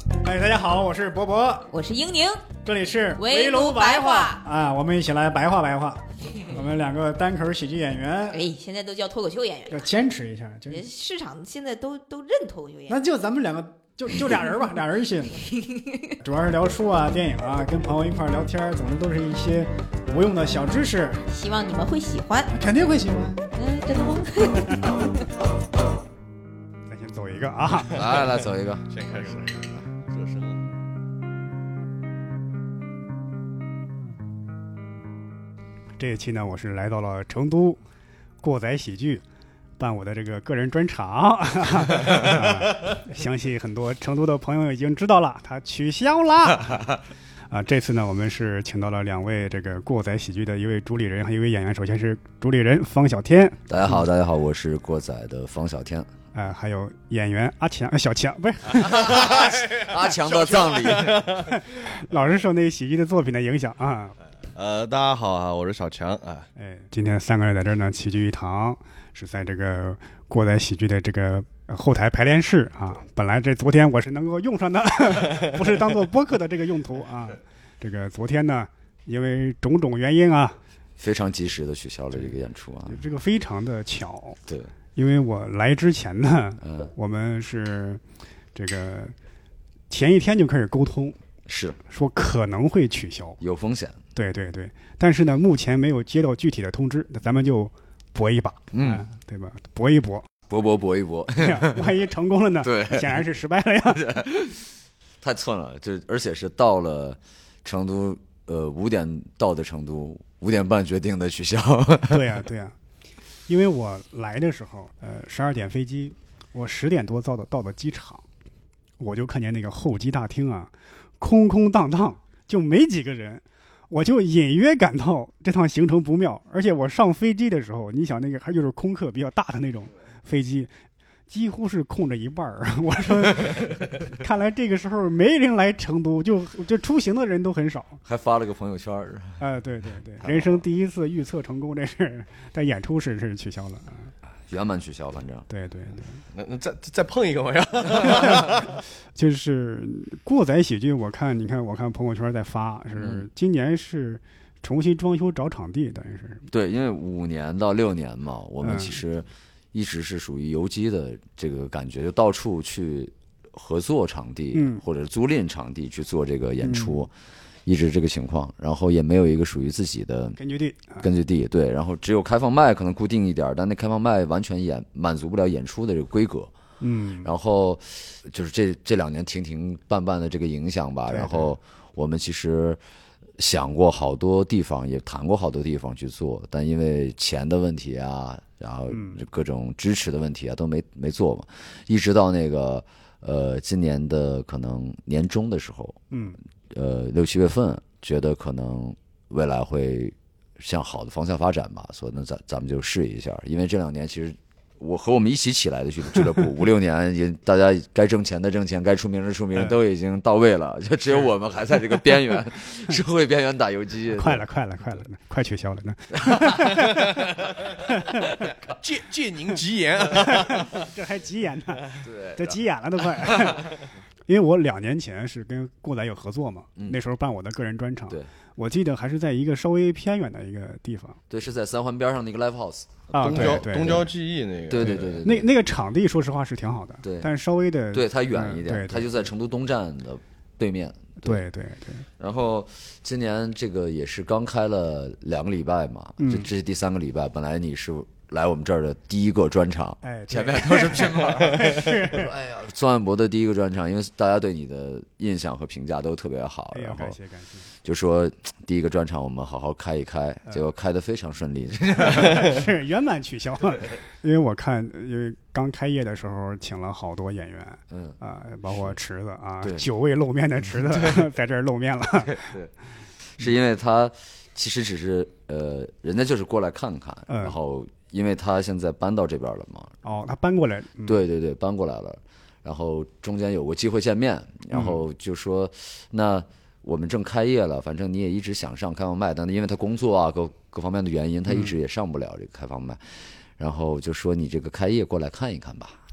哎，大家好，我是博博， 我是英宁， 这里是围炉白话啊，我们一起来白话白话。我们两个单口喜剧演员， 哎，现在都叫脱口秀演员， 要坚持一下， 市场现在都认脱口秀演员。 那就咱们两个就俩人吧，俩人一起，主要是聊书啊、电影啊，跟朋友一块聊天，总之都是一些无用的小知识。 希望你们会喜欢， 肯定会喜欢。 真的吗？ 咱先走一个啊， 来走一个， 先开始热身了。 这一期呢，我是来到了成都过载喜剧办我的这个个人专场，相信很多成都的朋友已经知道了，它取消了。这次呢，我们是请到了两位这个过载喜剧的一位主理人和一位演员。首先是主理人方小天， 大家好，我是过载的方小天。 还有演员阿强，小强不是阿强的葬礼， 老是受那个喜剧的作品的影响啊。 大家好啊，我是小强啊。 今天三个人在这儿呢，齐聚一堂，是在这个过载喜剧的这个后台排练室啊。本来昨天我是能够用上的，不是当做播客的这个用途啊。这个昨天呢，因为种种原因啊， 非常及时的取消了这个演出啊。 这个非常的巧， 对， 因为我来之前呢，我们是这个前一天就开始沟通， 是说可能会取消， 有风险。 对，但是呢，目前没有接到具体的通知，那咱们就搏一把，对吧？搏一搏， 搏一搏， 万一成功了呢？ 对， 显然是失败了呀。 太寸了，而且是到了成都，5点到的成都，5点半决定的取消。 对呀，因为我来的时候，12点飞机，我10点多到的机场，我就看见那个候机大厅啊，空空荡荡，就没几个人。我就隐约感到这趟行程不妙，而且我上飞机的时候，你想那个还就是空客比较大的那种飞机，几乎是空着一半儿。我说，看来这个时候没人来成都，就出行的人都很少。 还发了个朋友圈对，人生第一次预测成功这事，但演出是取消了圆满取消，反正对。 那再碰一个吗？ 就是过载喜剧，我看朋友圈在发，是今年是重新装修找场地，等于是对，因为5年到6年嘛，我们其实一直是属于游击的这个感觉，就到处去合作场地，或者租赁场地去做这个演出。一直这个情况，然后也没有一个属于自己的根据地，对，然后只有开放麦可能固定一点，但那开放麦完全满足不了演出的这个规格，然后就是这2年停办的这个影响吧，然后我们其实想过好多地方，也谈过好多地方去做，但因为钱的问题啊，然后各种支持的问题啊，都没做嘛，一直到那个今年的可能年中的时候，6、7月份，觉得可能未来会向好的方向发展吧，所以呢，咱们就试一下。因为这2年其实我们一起起来的俱乐部，5、6年也大家该挣钱的挣钱，该出名的出名，都已经到位了，就只有我们还在这个边缘，社会边缘打游击。 快了，快取消了呢。 借您吉言， 这还急眼呢？ 对， 这急眼了都快。因为我2年前是跟过载有合作嘛，那时候办我的个人专场， 对， 我记得还是在一个稍微偏远的一个地方， 对，是在3环边上那个 Live House 东郊记忆那个， 对， 那个场地说实话是挺好的， 对， 但是稍微的对它远一点，它就在成都东站的对面， 对。 然后今年这个也是刚开了2个礼拜嘛，这是第3个礼拜，本来你是来我们这儿的第一个专场，前面都是拼盘。哎呀，孙万博的第一个专场，因为大家对你的印象和评价都特别好，然后感谢， 就说第一个专场我们好好开一开，结果开得非常顺利， 是圆满取消。因为我看，因为刚开业的时候请了好多演员，包括池子啊，9位露面的池子在这儿露面了。 对，是因为他其实只是人家就是过来看看，然后。因为他现在搬到这边了嘛， 他搬过来， 对，搬过来了，然后中间有过机会见面，然后就说，那我们正开业了，反正你也一直想上开放麦，但因为他工作啊各方面的原因，他一直也上不了这个开放麦，然后就说你这个开业过来看一看吧，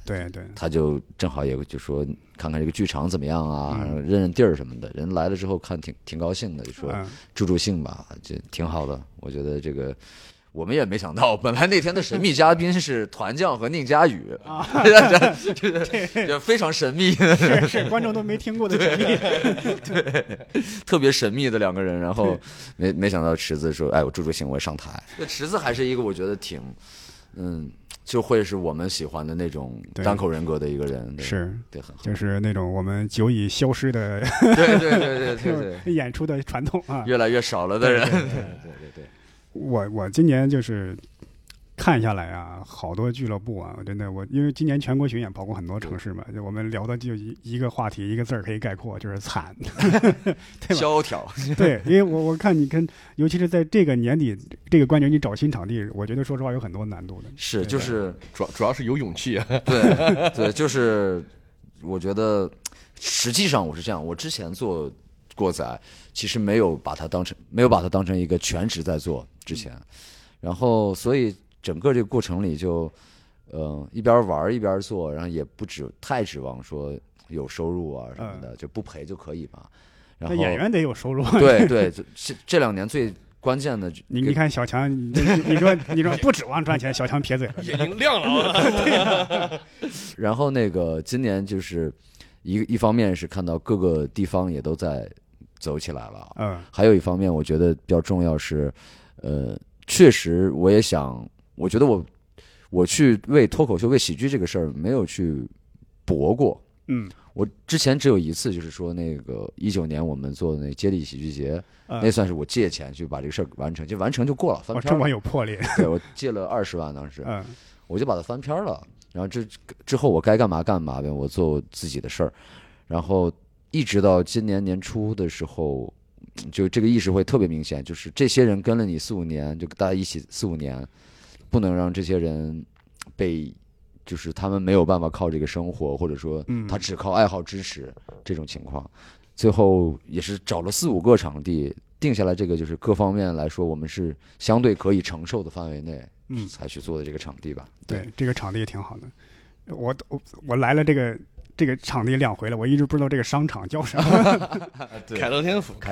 对对， 他就正好也就说看看这个剧场怎么样啊，认认地儿什么的。人来了之后看挺高兴的，就说助兴吧，就挺好的。我觉得这个。我们也没想到，本来那天的神秘嘉宾是团将和宁佳宇啊，这非常神秘， 是观众都没听过的神秘， 对，特别神秘的两个人。然后没想到池子说：“哎，我助兴，我上台。”这池子还是一个我觉得挺，就会是我们喜欢的那种单口人格的一个人， 是对，很好， 就是那种我们久已消失的， 对， 演出的传统啊， 越来越少了的人，对。 我今年就是看下来啊，好多俱乐部啊，真的因为今年全国巡演跑过很多城市嘛，就我们聊的就一个话题，一个字儿可以概括，就是惨，对吧？ 萧条。 对，因为我看你尤其是在这个年底这个关节你找新场地，我觉得说实话有很多难度的。 是，就是主要是有勇气啊。 对，就是我觉得实际上我是这样，我之前做过载，其实没有把它当成一个全职在做之前，然后所以整个这个过程里就一边玩一边做，然后也不太指望说有收入啊什么的，就不赔就可以嘛。然后演员得有收入。 对，这2年最关键的， 你看小强，你说不指望赚钱，小强撇嘴了， 眼睛亮了。 然后那个今年就是一方面是看到各个地方也都在走起来了，还有一方面我觉得比较重要是，确实我也想，我觉得我去为脱口秀、为喜剧这个事儿没有去搏过，我之前只有一次，就是说那个19年我们做的那接力喜剧节，那算是我借钱去把这个事儿完成，就完成就过了，翻篇了。 这么有魄力。 对，我借了20万当时，我就把它翻篇了。然后之后我该干嘛干嘛呗，我做自己的事儿，然后一直到今年年初的时候，就这个意识会特别明显，就是这些人跟了你4-5年，就大家一起4-5年，不能让这些人就是他们没有办法靠这个生活，或者说他只靠爱好支持这种情况。最后也是找了4-5个场地，定下来这个就是各方面来说我们是相对可以承受的范围内，才去做的这个场地吧。 对，这个场地也挺好的。我来了这个场地2回了，我一直不知道这个商场叫什么。 凯德天府。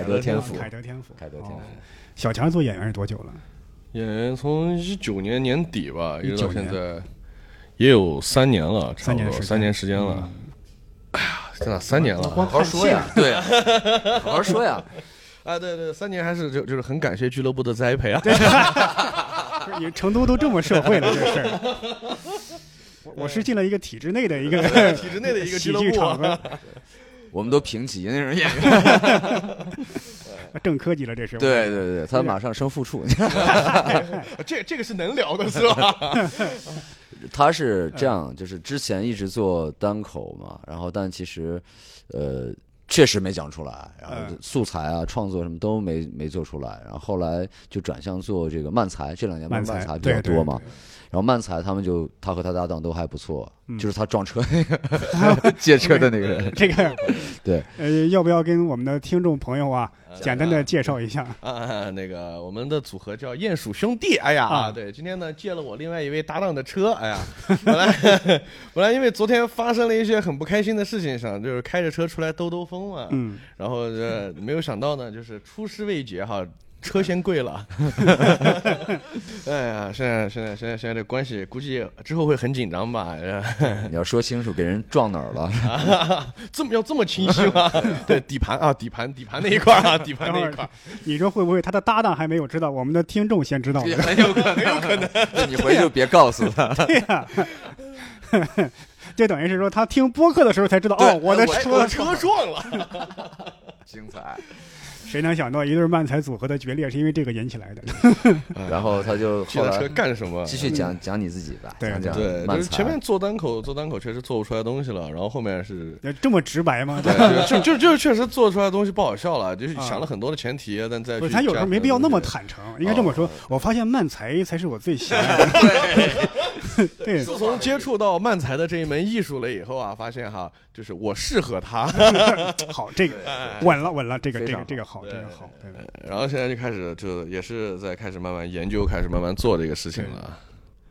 小强做演员是多久了？ 演员从19年年底吧，一直到现在也有3年了，差不多3年时间了。哎呀，真的3年了， 好好说呀，对，好好说呀。 对，3年还是就是很感谢俱乐部的栽培啊。 你成都都这么社会了，这事儿。我是进了一个体制内的一个俱乐部， 我们都评级那种演员， 正科级了，这是。 对，他马上升副处。 这个是能聊的，是吧？ 他是这样，就是之前一直做单口嘛，然后但其实，确实没讲出来，然后素材啊、创作什么都没做出来，然后后来就转向做这个漫才，这2年漫才比较多嘛。然后漫才他和他搭档都还不错，就是他撞车那个借车的那个人。 这个对， 要不要跟我们的听众朋友啊简单的介绍一下？ 那个我们的组合叫鼹鼠兄弟。哎呀，对，今天呢借了我另外一位搭档的车。哎呀，本来因为昨天发生了一些很不开心的事情上，就是开着车出来兜风嘛。然后没有想到呢，就是出师未捷哈。车先贵了。哎呀，现在这关系估计之后会很紧张吧？ 你要说清楚，给人撞哪儿了？ 这么清晰吗？对，底盘那一块啊，底盘那一块。 你说会不会他的搭档还没有知道，我们的听众先知道？ 很有可能。你回去就别告诉他。 对呀。这等于是说，他听播客的时候才知道，我的车撞了。 精彩。 谁能想到一对漫才组合的决裂是因为这个引起来的？ 然后他就后来干什么？ 继续讲你自己吧。 对， 就是前面做单口确实做不出来东西了，然后后面是这么直白吗？ 对，就确实做出来的东西不好笑了，就是想了很多的前提，但再他有时候没必要那么坦诚，应该这么说。我发现漫才才是我最喜欢的。对， 自从接触到漫才的这一门艺术了以后啊，发现哈，就是我适合他。 好，这个稳了，这个好。这个好， 然后现在就开始也是在开始慢慢研究，开始慢慢做这个事情了。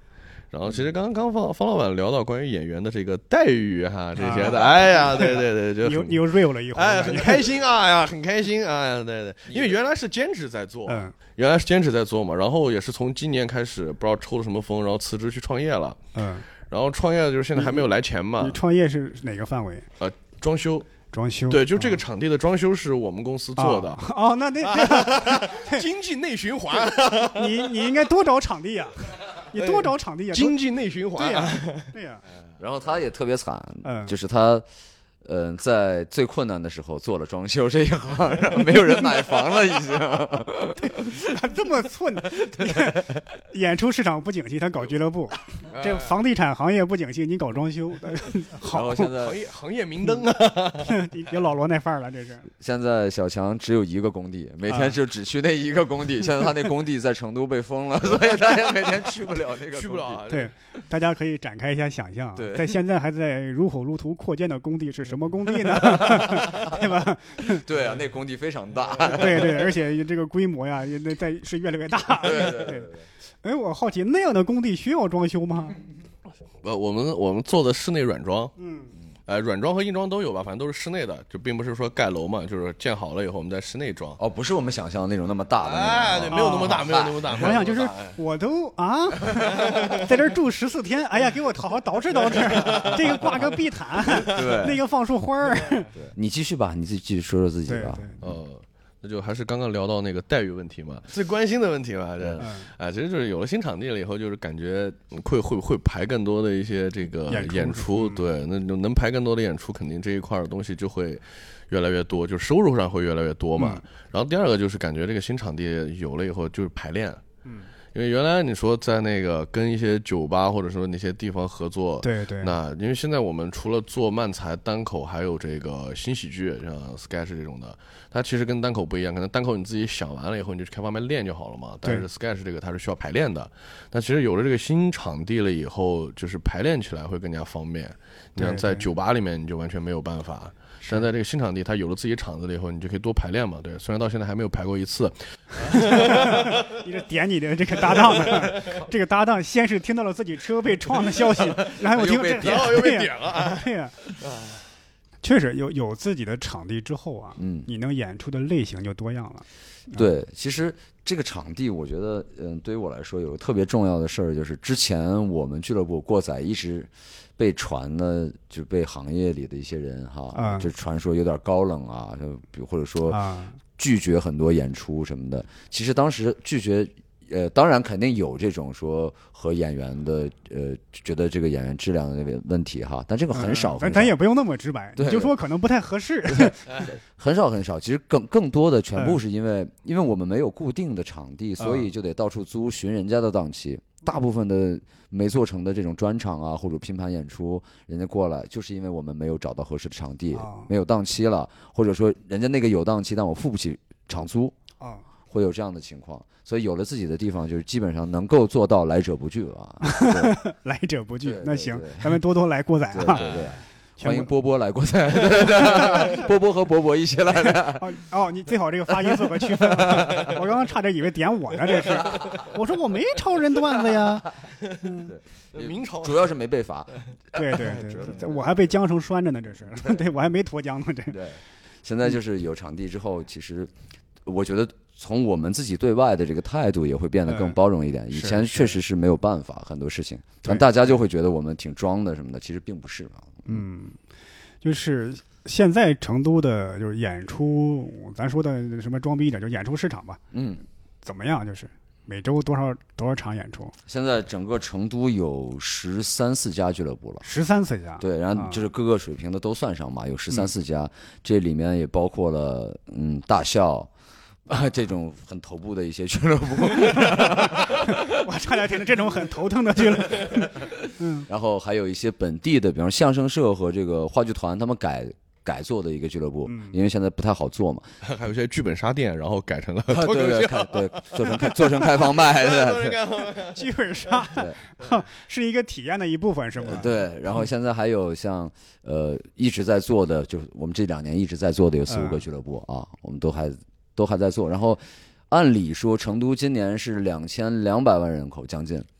然后其实刚刚方老板聊到关于演员的这个待遇哈这些的，哎呀，对，就你又 real 了一回， 哎，很开心啊呀，很开心啊呀，对，因为原来是兼职在做，原来是兼职在做嘛，然后也是从今年开始不知道抽了什么风，然后辞职去创业了，然后创业就是现在还没有来钱嘛。 你创业是哪个范围？ 装修。对，就这个场地的装修是我们公司做的。 那经济内循环。 你应该多找场地呀，你多找场地呀。 经济内循环。 对呀。 然后他也特别惨，就是他。在最困难的时候做了装修这一行，然后没有人买房了，已经。 这么寸，演出市场不景气，他搞俱乐部；这房地产行业不景气，你搞装修。好， 然后现在行业明灯啊， 有老罗那范儿了，这是。 现在小强只有一个工地，每天就只去那一个工地。现在他那工地在成都被封了，所以他也每天去不了那个。 去不了。 对，大家可以展开一下想象，在现在还在如火如荼扩建的工地是什么工地呢？对吧？ 对啊，那工地非常大。 对，而且这个规模呀，是越来越大。 对。 哎，我好奇，那样的工地需要装修吗？ 我们做的室内软装，软装和硬装都有吧，反正都是室内的，就并不是说盖楼嘛，就是建好了以后我们在室内装。 不是我们想象的那种那么大的。 对，没有那么大，没有那么大。 想想就是我都在这住14天，哎呀，给我好好捯饬捯饬，这个挂个地毯， 对， 那个放束花儿。 你继续吧，你自己继续说说自己吧。 那就还是刚刚聊到那个待遇问题嘛，最关心的问题嘛，其实就是有了新场地了以后，就是感觉会排更多的一些这个演出，对，那能排更多的演出，肯定这一块的东西就会越来越多，就收入上会越来越多嘛。然后第二个就是感觉这个新场地有了以后，就是排练。因为原来你说在那个跟一些酒吧或者说那些地方合作， 对， 那因为现在我们除了做漫才、单口，还有这个新喜剧，像 sketch 这种的，它其实跟单口不一样，可能单口你自己想完了以后你就去开放麦练就好了嘛，但是 sketch 这个它是需要排练的。那其实有了这个新场地了以后，就是排练起来会更加方便。你像在酒吧里面你就完全没有办法。但在这个新场地，它有了自己场子了以后，你就可以多排练嘛。对，虽然到现在还没有排过一次。 你这点你的这个搭档呢？这个搭档先是听到了自己车被撞的消息，然后又被点了。 对呀，确实有自己的场地之后啊，你能演出的类型就多样了。 对，其实这个场地，我觉得，对于我来说有个特别重要的事儿，就是之前我们俱乐部过载一直被传的，就被行业里的一些人就传说有点高冷啊，就或者说拒绝很多演出什么的。其实当时拒绝，当然肯定有这种说和演员的觉得这个演员质量的问题哈，但这个很少。 咱也不用那么直白，你就说可能不太合适。 很少。其实更多的全部是因为我们没有固定的场地，所以就得到处租寻人家的档期。大部分的没做成的这种专场啊，或者拼盘演出，人家过来就是因为我们没有找到合适的场地，没有档期了，或者说人家那个有档期，但我付不起场租，会有这样的情况。所以有了自己的地方，就是基本上能够做到来者不拒啊。 来者不拒，那行，咱们多来过载啊。对。欢迎波波来过载，对，波波和伯伯一起来的。 你最好这个发音做个区分。我刚刚差点以为点我呢，这是。我说我没抄人段子呀。 明朝主要是没被罚。 对，我还被缰绳拴着呢，这是。对，我还没脱缰呢，这。 对，现在就是有场地之后，其实我觉得从我们自己对外的这个态度也会变得更包容一点。以前确实是没有办法很多事情，但大家就会觉得我们挺装的什么的，其实并不是啊。 就是现在成都的就是演出，咱说的什么装逼一点，就演出市场吧。怎么样？就是每周多少场演出？ 现在整个成都有13、14家俱乐部了。 13、14家。 对，然后就是各个水平的都算上嘛，有13、14家，这里面也包括了大笑。这种很头部的一些俱乐部， 我差点听着这种很头疼的俱乐部。 然后还有一些本地的，比方相声社和这个话剧团，他们改做的一个俱乐部，因为现在不太好做嘛。 还有一些剧本杀店，然后改成了对，做成开放麦的剧本杀，是一个体验的一部分，是吗？ 对，然后现在还有像一直在做的，就我们这2年一直在做的有4、5个俱乐部啊，我们都还在做。然后按理说成都今年是2200万人口将近，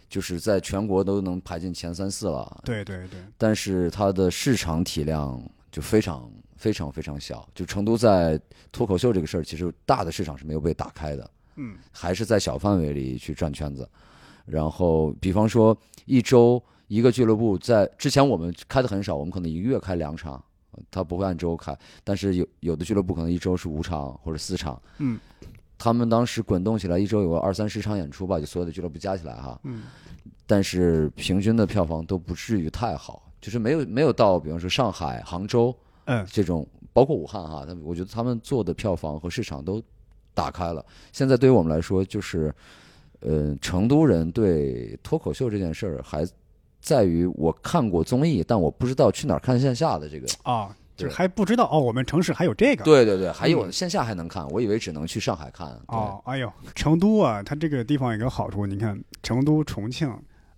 就是在全国都能排进前3、4了。 对对对。 但是它的市场体量就非常非常非常小。就成都在脱口秀这个事儿，其实大的市场是没有被打开的，还是在小范围里去转圈子。然后，比方说一周一个俱乐部，在之前我们开的很少，我们可能1个月开2场，他不会按周开。但是有的俱乐部可能一周是5场或者4场。他们当时滚动起来，一周有个20、30场演出吧，就所有的俱乐部加起来哈。但是平均的票房都不至于太好，就是没有到，比方说上海、杭州，这种，包括武汉哈，我觉得他们做的票房和市场都打开了。现在对于我们来说，就是成都人对脱口秀这件事儿还在于我看过综艺，但我不知道去哪儿看线下的这个啊。就是还不知道我们城市还有这个。 对对对，还有线下还能看，我以为只能去上海看。 哎呦，成都啊，它这个地方有个好处，你看成都、重庆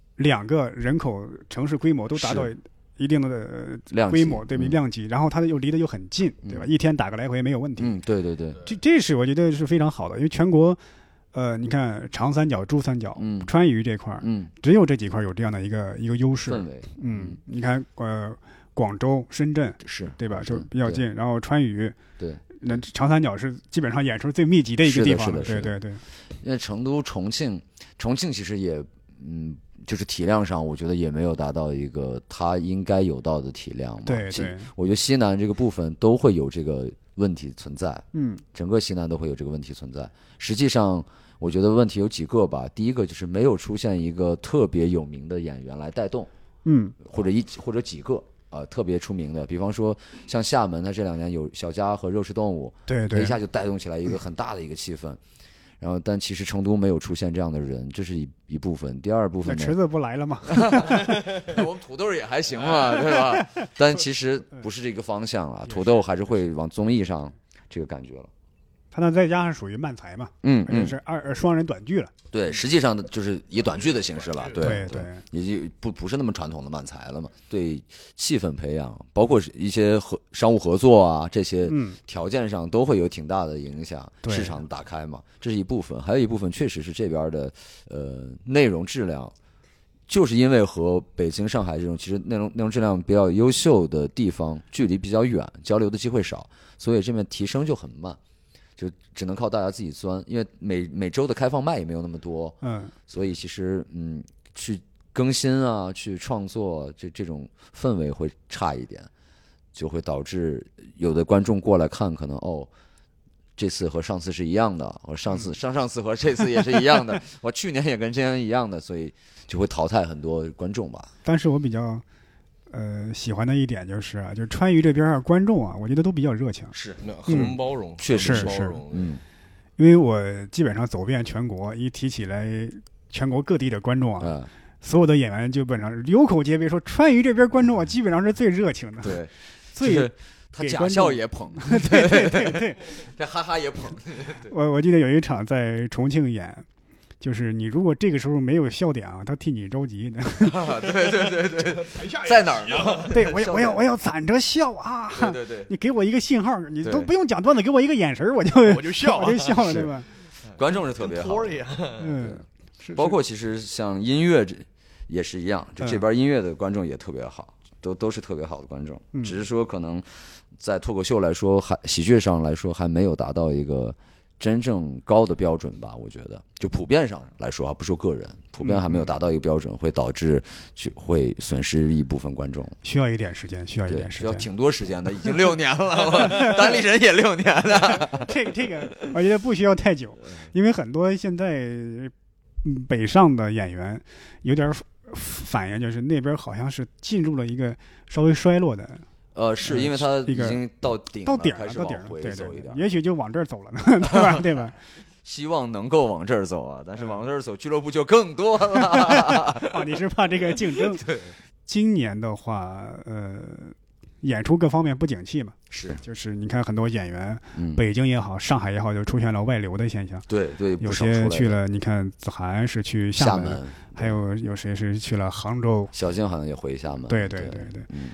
2个人口城市规模都达到一定的规模，对比量级，然后它又离得又很近，对吧？一天打个来回没有问题。 对对对， 这是我觉得是非常好的，因为全国，你看长三角、珠三角、川渝这块，只有这几块有这样的一个优势氛围。 你看广州、深圳是对吧？就比较近，然后川渝对， 那长三角是基本上演出最密集的一个地方。 是的， 对对对。 因为成都、重庆其实也就是体量上，我觉得也没有达到一个它应该有到的体量嘛。 对对， 我觉得西南这个部分都会有这个问题存在。整个西南都会有这个问题存在。实际上，我觉得问题有几个吧。第一个就是没有出现一个特别有名的演员来带动，或者几个。特别出名的，比方说像厦门，它这2年有小佳和肉食动物， 对对， 一下就带动起来一个很大的一个气氛。然后，但其实成都没有出现这样的人，这是一部分。第二部分呢， 池子不来了吗？ 我们土豆也还行嘛，对吧？但其实不是这个方向了，土豆还是会往综艺上这个感觉了。 他那再加上属于漫才嘛，是双人短剧了。 对，实际上就是以短剧的形式了。 对， 也就不是那么传统的漫才了嘛。对气氛培养，包括一些商务合作啊，这些条件上都会有挺大的影响。市场打开嘛，这是一部分，还有一部分确实是这边的内容质量，就是因为和北京、上海这种其实内容质量比较优秀的地方距离比较远，交流的机会少，所以这边提升就很慢。就只能靠大家自己钻，因为每周的开放麦也没有那么多，所以其实去更新啊，去创作这种氛围会差一点，就会导致有的观众过来看，可能这次和上次是一样的，我上次和这次也是一样的，我去年也跟今年一样的，所以就会淘汰很多观众吧。 但是我比较喜欢的一点就是川渝这边观众啊，我觉得都比较热情， 是很包容， 确实是包容。 因为我基本上走遍全国，一提起来全国各地的观众啊，所有的演员基本上有口皆碑，说川渝这边观众啊，基本上是最热情的， 对， 最他假笑也捧， 对， 这哈哈也捧。 我记得有一场在重庆演。就是你如果这个时候没有笑点啊，他替你着急的。 对，在哪儿呢？ 对，我要攒着笑啊！ 对， 你给我一个信号，你都不用讲段子，给我一个眼神，我就笑了，对吧？ 观众是特别好，包括其实像音乐也是一样，这边音乐的观众也特别好，都是特别好的观众，只是说可能在脱口秀来说，喜剧上来说还没有达到一个真正高的标准吧，我觉得就普遍上来说啊，不说个人，普遍还没有达到一个标准，会导致会损失一部分观众。 需要一点时间，需要挺多时间的，已经6年了，单立人也6年了。 这个，我觉得不需要太久，因为很多现在北上的演员有点反应，就是那边好像是进入了一个稍微衰落的。 是因为他已经到顶了， 对，也许就往这儿走了呢，对吧？ 希望能够往这儿走啊，但是往这儿走，俱乐部就更多了。 你是怕这个竞争？ 对， 今年的话，演出各方面不景气嘛，就是你看很多演员，北京也好，上海也好，就出现了外流的现象。 对， 有些去了，你看子涵是去厦门，还有谁是去了杭州， 小静好像也回厦门。 对。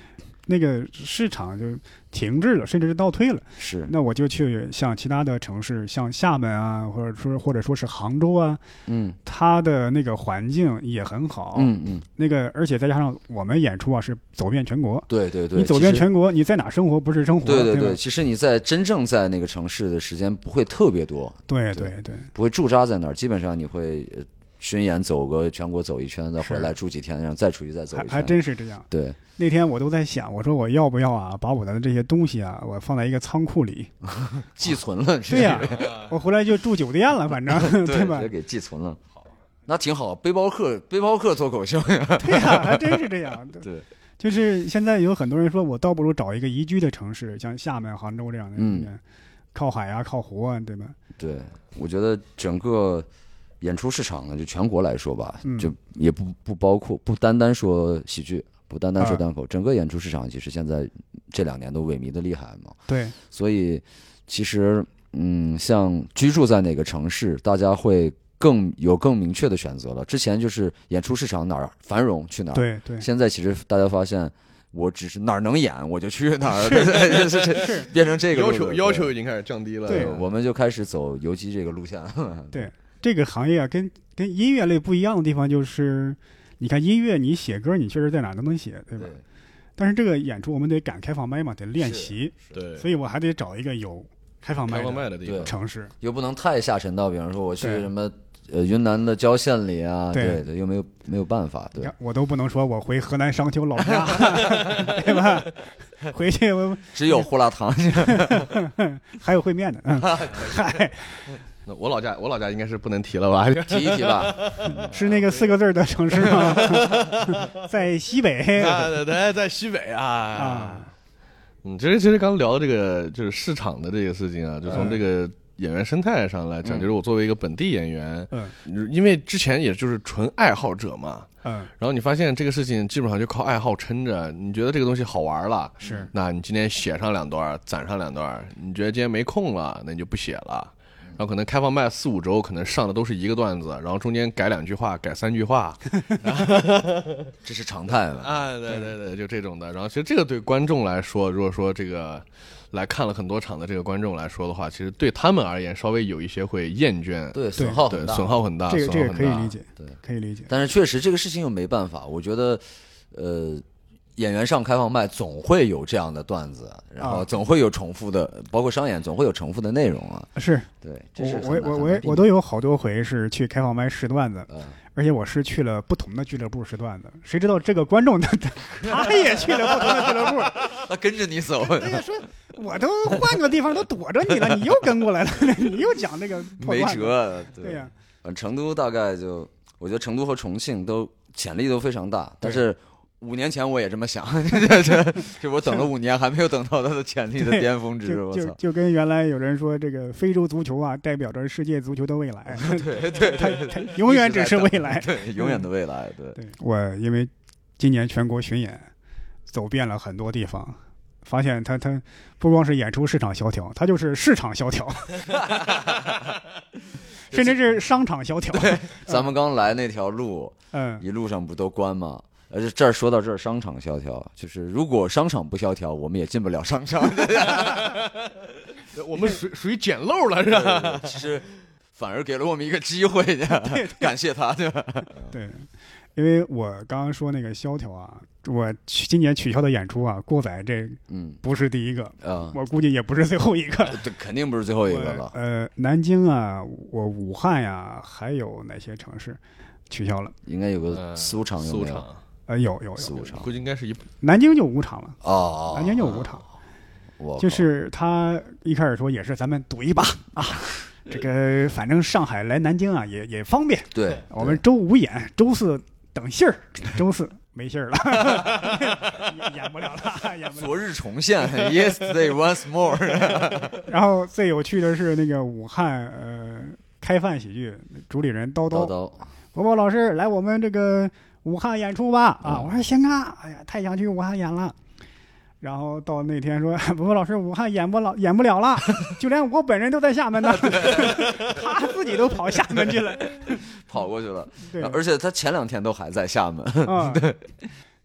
那个市场就停滞了，甚至是倒退了。 是， 那我就去像其他的城市，像厦门啊，或者说是杭州啊，它的那个环境也很好，那个而且再加上我们演出啊是走遍全国， 对对对， 你走遍全国，你在哪生活不是生活？ 对对对，其实你在真正在那个城市的时间不会特别多， 对对对， 不会驻扎在那儿，基本上你会巡演走个全国走一圈，再回来住几天，然后再出去再走一圈， 还真是这样。 对， 那天我都在想，我说我要不要啊，把我的这些东西啊，我放在一个仓库里寄存了。 对呀，我回来就住酒店了，反正对吧？ 给寄存了，那挺好。背包客脱口秀呀， 对呀，还真是这样。 对， 就是现在有很多人说，我倒不如找一个宜居的城市，像厦门、杭州这样的，靠海啊，靠湖啊，对吧？ 对，我觉得整个演出市场呢，就全国来说吧，就也不包括，不单单说喜剧，不单单说单口，整个演出市场其实现在这2年都萎靡的厉害嘛。 对， 所以其实像居住在哪个城市，大家会更明确的选择了。之前就是演出市场哪儿繁荣去哪儿， 对对。 现在其实大家发现，我只是哪儿能演我就去哪儿，是变成这个要求已经开始降低了。 对， 我们就开始走游击这个路线了。 对，这个行业啊，跟音乐类不一样的地方就是，你看音乐，你写歌你确实在哪都能写，对吧？但是这个演出我们得赶开放麦嘛，得练习。 对， 所以我还得找一个有开放麦的地方城市， 又不能太下沉到，比方说我去什么云南的郊县里啊，对，又没有办法，对， 我都不能说我回河南商丘老家，对吧？回去我只有胡辣汤， 还有烩面呢，嗨。 那我老家应该是不能提了吧？ 提一提吧， 是那个4个字的城市吗？在西北， 在西北啊。其实刚聊这个就是市场的这个事情啊，就从这个演员生态上来讲，就是我作为一个本地演员，因为之前也就是纯爱好者嘛，然后你发现这个事情基本上就靠爱好撑着，你觉得这个东西好玩了， 是， 那你今天写上2段，攒上2段，你觉得今天没空了，那你就不写了。然后可能开放麦4、5周，可能上的都是一个段子，然后中间改2句话，改3句话， 这是常态了啊！对对对，就这种的。然后其实这个对观众来说，如果说这个来看了很多场的这个观众来说的话，其实对他们而言稍微有一些会厌倦， 对，损耗很大， 损耗很大。 这个可以理解， 对， 可以理解。 但是确实这个事情又没办法，我觉得，演员上开放麦总会有这样的段子，然后总会有重复的，包括商演总会有重复的内容啊。 是， 对，这是我都有好多回是去开放麦试段子，而且我是去了不同的俱乐部试段子。谁知道这个观众他也去了不同的俱乐部， 他跟着你走。 对呀，说我都换个地方都躲着你了，你又跟过来了，你又讲这个破没段子。 辙， 对呀。 成都大概就，我觉得成都和重庆都潜力都非常大，但是5年前我也这么想，这我等了5年还没有等到它的潜力的巅峰值。 就跟原来有人说，这个非洲足球啊，代表着世界足球的未来。 对， 它永远只是未来， 对，永远的未来。对， 我因为今年全国巡演，走遍了很多地方，发现它不光是演出市场萧条，它就是市场萧条。甚至是商场萧条。 咱们刚来那条路，一路上不都关吗？而且这儿说到这儿，商场萧条，就是如果商场不萧条，我们也进不了商场。 我们属于捡漏了，是吧？ 其实反而给了我们一个机会，感谢他，对吧？ 对，因为我刚刚说那个萧条啊，我今年取消的演出啊，郭仔这不是第一个，我估计也不是最后一个， 肯定不是最后一个了。 南京啊，我武汉呀，还有哪些城市取消了？ 应该有个4、5场，有没有？ 有 4、5场， 估计应该是南京就5场了。南京就5场，就是他一开始说也是咱们赌一把啊。这个反正上海来南京啊也方便， 对， 我们周5演，周4等信儿，周4没信儿了，演不了了，演不了。 昨日重现 ，Yesterday once more 。 然后最有趣的是那个武汉开饭喜剧主理人叨叨，伯伯老师来我们这个武汉演出吧啊！我说行啊，哎呀，太想去武汉演了。然后到那天说，伯伯老师，武汉演不了了，就连我本人都在厦门呢，他自己都跑厦门去了， 跑过去了。而且他前2天都还在厦门。 对，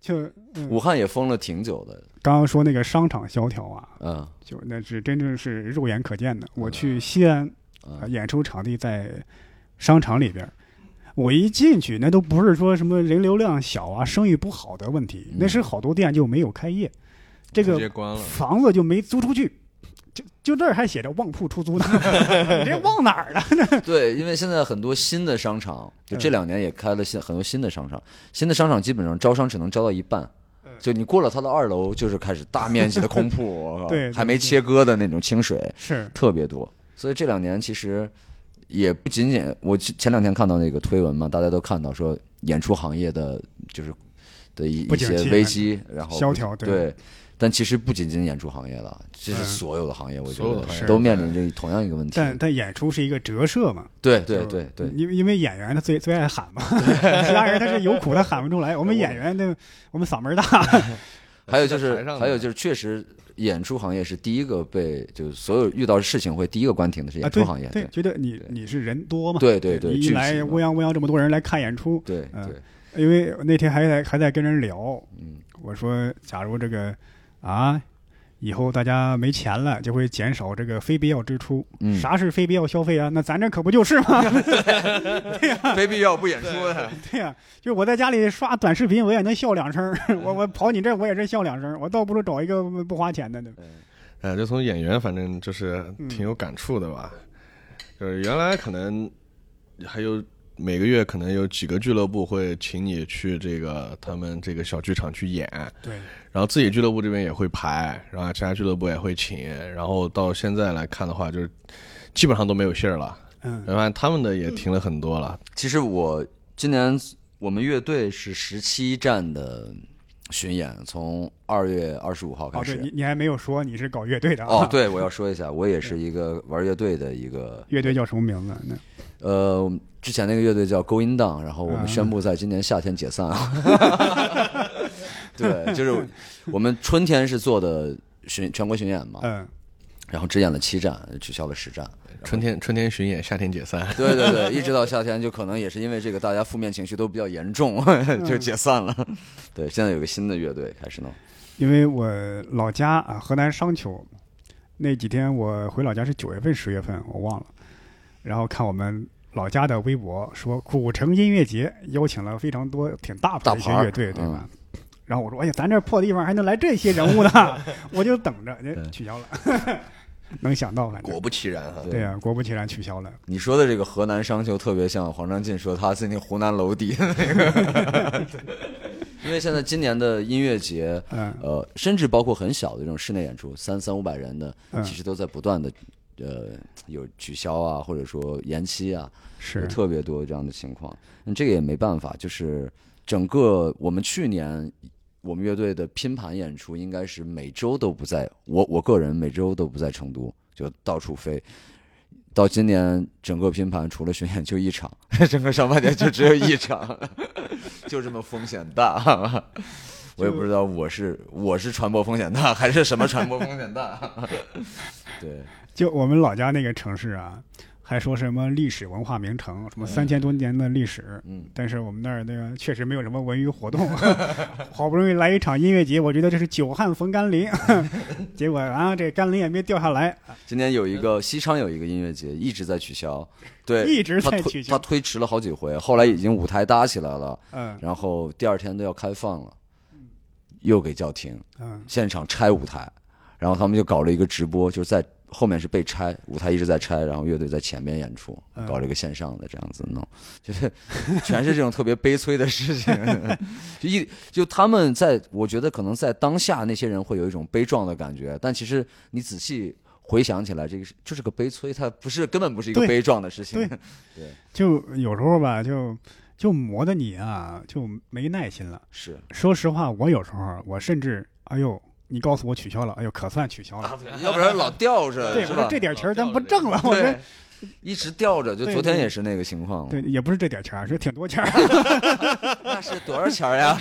就武汉也封了挺久的。 刚刚说那个商场萧条啊， 就那是真正是肉眼可见的。我去西安，演出场地在商场里边，我一进去，那都不是说什么人流量小啊、生意不好的问题，那是好多店就没有开业，这个房子就没租出去。就这儿还写着旺铺出租呢，你这旺哪儿了？ 对，因为现在很多新的商场，就这2年也开了很多新的商场，新的商场基本上招商只能招到一半，就你过了它的2楼，就是开始大面积的空铺， 对， 还没切割的那种清水， 是特别多。所以这2年其实也不仅仅，我前2天看到那个推文嘛，大家都看到说演出行业的就是的一些危机，然后萧条， 对。但其实不仅仅演出行业了，这是所有的行业，我觉得都面临着同样一个问题。 但演出是一个折射嘛？ 对， 因为演员他最爱喊嘛，其他人他是有苦他喊不出来，我们演员我们嗓门大。 还有就是确实演出行业是第一个被就所有遇到事情会第一个关停的是演出行业。 对，觉得你是人多嘛？ 对， 你一来乌泱这么多人来看演出， 对。 因为那天还在跟人聊，我说假如这个。以后大家没钱了，就会减少这个非必要支出。啥是非必要消费啊？那咱这可不就是吗？对呀， 非必要不演出的。 对呀，就是我在家里刷短视频，我也能笑2声。我跑你这，我也是笑2声。我倒不如找一个不花钱的呢。 就从演员，反正就是挺有感触的吧。就是原来可能还有。每个月可能有几个俱乐部会请你去他们这个小剧场去演， 对， 然后自己俱乐部这边也会排，然后其他俱乐部也会请，然后到现在来看的话，就是基本上都没有信儿了。然后他们的也停了很多了。 其实今年我们乐队是17站的巡演，从2月25号开始。 对，你还没有说你是搞乐队的对，我要说一下，我也是一个玩乐队的一个。 乐队叫什么名字？ 之前那个乐队叫 Going Down， 然后我们宣布在今年夏天解散。对，就是我们春天是做的全国巡演嘛，然后只演了7站，取消了10站。 春天巡演，夏天解散。 对，一直到夏天，就可能也是因为这个大家负面情绪都比较严重，就解散了。对，现在有个新的乐队开始弄。 因为我老家河南商丘，那几天我回老家是9月份、10月份，我忘了。然后看我们老家的微博说，古城音乐节邀请了非常多挺大牌的一些乐队，对吧？然后我说，哎呀，咱这破地方还能来这些人物呢，我就等着，取消了。能想到，反正果不其然对呀，果不其然取消了。 你说的这个河南商丘特别像黄章进说他是那湖南娄底的那个。因为现在今年的音乐节，甚至包括很小的这种室内演出，300-500人的，其实都在不断的有取消啊，或者说延期啊， 是特别多这样的情况。这个也没办法，就是整个我们去年我们乐队的拼盘演出应该是每周都不在，我个人每周都不在成都，就到处飞。到今年整个拼盘除了巡演就1场，整个上半年就只有1场，就这么风险大。我也不知道我是传播风险大还是什么传播风险大。对， 就我们老家那个城市啊，还说什么历史文化名城，什么3000多年的历史，但是我们那儿那个确实没有什么文娱活动。好不容易来一场音乐节，我觉得这是久旱逢甘霖，结果这甘霖也没掉下来。 今年有一个西昌有一个音乐节一直在取消，对， 一直在取消， 他推迟了好几回，后来已经舞台搭起来了，然后第2天都要开放了，又给叫停，现场拆舞台，然后他们就搞了一个直播，就是在后面是被拆，舞台一直在拆，然后乐队在前面演出，搞了一个线上的这样子弄，就是全是这种特别悲催的事情。就他们我觉得可能在当下那些人会有一种悲壮的感觉，但其实你仔细回想起来，这个就是个悲催，它根本不是一个悲壮的事情。 对，就有时候吧，就磨得你啊，就没耐心了。 是， 说实话，我有时候我甚至你告诉我取消了，可算取消了， 要不然老吊着， 对， 是吧？ 这点钱咱不挣了，我这一直吊着，就昨天也是那个情况。 对，也不是这点钱，是挺多钱。 那是多少钱呀？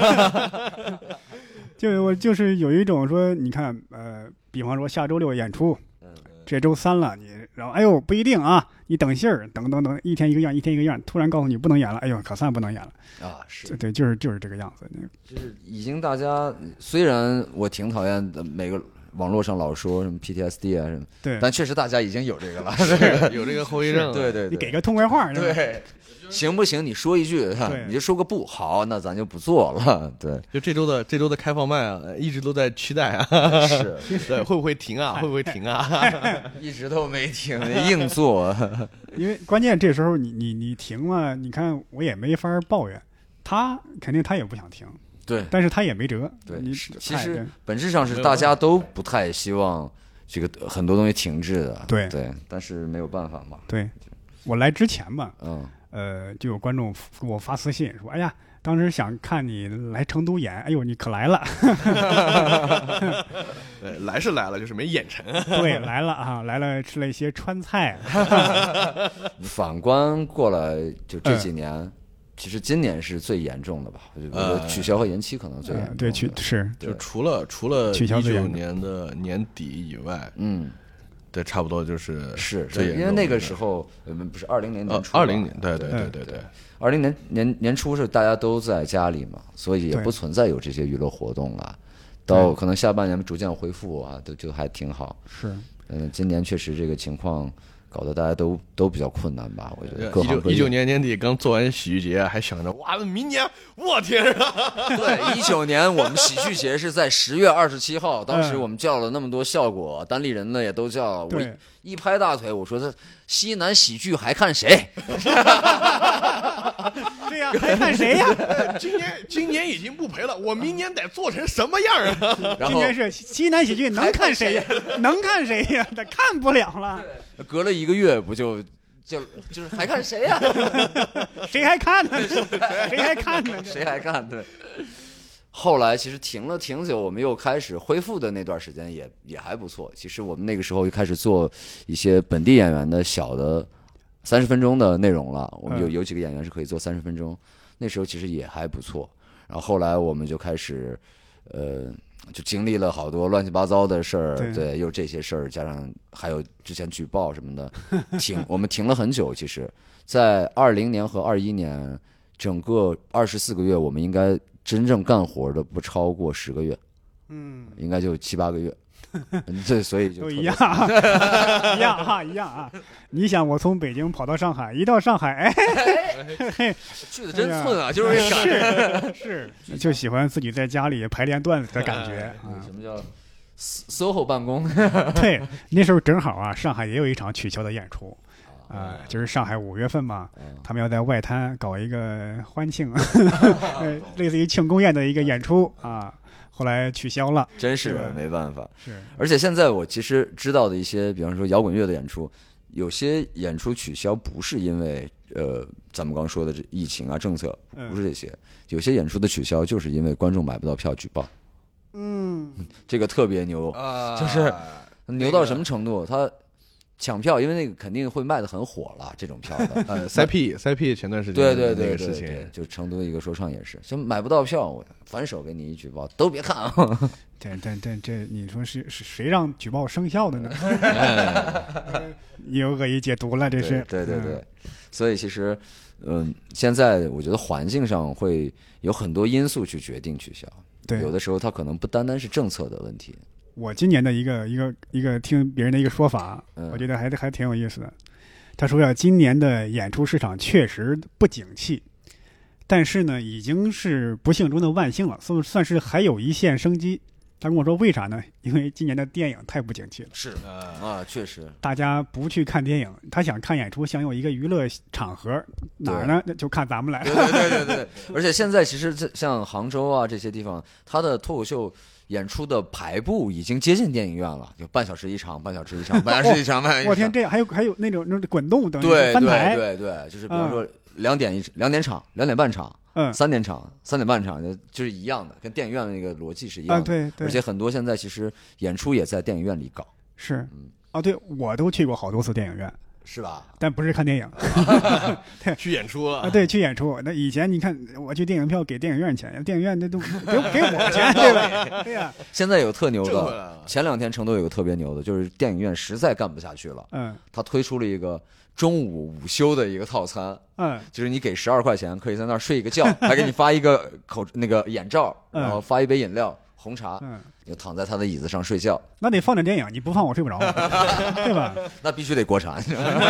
我就是有一种说，你看，比方说下周6演出，这周3了，你然后哎呦不一定啊，你等信儿，等，一天一个样，一天一个样，突然告诉你不能演了，哎呦可算不能演了啊，是对，就是这个样子， 就是已经大家虽然我挺讨厌的每个网络上老说什么 PTSD 啊什么， 对， 但确实大家已经有这个了， 有这个后遗症， 对， 你给个痛快话， 对。行不行？你说一句，你就说个不好，那咱就不做了。对， 就这周的开放麦啊，一直都在期待啊， 是， 对，会不会停啊？会不会停啊？ 一直都没停，硬做。 因为关键这时候你停了，你看我也没法抱怨，他肯定他也不想停， 对， 但是他也没辙。 对，其实本质上是大家都不太希望这个很多东西停滞的， 对， 但是没有办法嘛。 对，我来之前嘛，就有观众给我发私信说：“哎呀，当时想看你来成都演，哎呦，你可来了。” 对，来是来了，就是没演成。 对，来了啊，来了，吃了一些川菜。 反观过来，就这几年，其实今年是最严重的吧？我觉得取消和延期可能最严重。 对， 是就除了19年的年底以外，对，差不多就是因为那个时候不是20年年初 ，20年，对 ，20年年初是大家都在家里嘛，所以也不存在有这些娱乐活动了。到可能下半年逐渐恢复啊，就还挺好。 是， 今年确实这个情况搞得大家都比较困难吧？我觉得 19年年底刚做完喜剧节，还想着哇，明年我天啊！ 对，19年我们喜剧节是在10月27号，当时我们叫了那么多效果，单立人呢也都叫了，我一拍大腿，我说这西南喜剧还看谁？ 对呀，还看谁呀？ 今年已经不赔了，我明年得做成什么样啊？ 今年是西南喜剧，能看谁呀？能看谁呀？他看不了了。 隔了1个月不就是还看谁呀？ 谁还看呢？谁还看呢？ 谁还看？对。后来其实停了挺久，我们又开始恢复的那段时间也还不错。其实我们那个时候又开始做一些本地演员的小的30分钟的内容了。我们有几个演员是可以做30分钟，那时候其实也还不错。然后后来我们就开始就经历了好多乱七八糟的事儿，对，又这些事儿，加上还有之前举报什么的，我们停了很久。其实，在20年和21年，整个24个月，我们应该真正干活的不超过10个月，应该就7、8个月。对，所以就都一样，一样啊！你想，我从北京跑到上海，一到上海， 去的真寸啊，就是是，就喜欢自己在家里排练段子的感觉。 什么叫 SOHO 办公？ 对，那时候正好啊，上海也有一场取消的演出。就是上海5月份嘛，他们要在外滩搞一个欢庆，类似于庆功宴的一个演出啊。后来取消了， 真是没办法。 是， 而且现在我其实知道的一些，比方说摇滚乐的演出，有些演出取消不是因为咱们刚说的这疫情啊政策，不是这些，有些演出的取消就是因为观众买不到票举报。这个特别牛，就是牛到什么程度？他抢票，因为那个肯定会卖的很火了，这种票的。 CP 前段时间对那个事情， 就成都的一个说唱也是，就买不到票，我反手给你一举报，都别看啊。 这你说是谁让举报生效的呢？有恶意解读了，这是。 对，所以其实，现在我觉得环境上会有很多因素去决定取消， 对， 有的时候它可能不单单是政策的问题。 我今年的一个听别人的一个说法，我觉得还挺有意思的。他说呀，今年的演出市场确实不景气，但是呢，已经是不幸中的万幸了，算是还有一线生机。他跟我说为啥呢？因为今年的电影太不景气了。 是确实， 大家不去看电影，他想看演出，想有一个娱乐场合，哪儿呢？就看咱们来。 对。而且现在其实像杭州啊这些地方，他的脱口秀演出的排部已经接近电影院了，就半小时一场，半小时一场，半小时一场。 我天，这还有那种滚动等对翻台。 对，就是比方说2点场，2点半场。3点场，3点半场就是一样的，跟电影院的那个逻辑是一样的。 对， 而且很多现在其实演出也在电影院里搞。 是，对，我都去过好多次电影院。 是吧？ 但不是看电影， 去演出了啊，对，去演出。那以前你看我去电影票给电影院钱，电影院那都给我钱，对吧？对呀。 现在有特牛挣回来的了， 前2天成都有个特别牛的，就是电影院实在干不下去了，他推出了一个中午午休的一个套餐，就是你给12块钱可以在那儿睡一个觉，还给你发一个那个眼罩，然后发一杯饮料。红茶，你就躺在他的椅子上睡觉。 那得放点电影，你不放我睡不着，对吧？ 那必须得国产，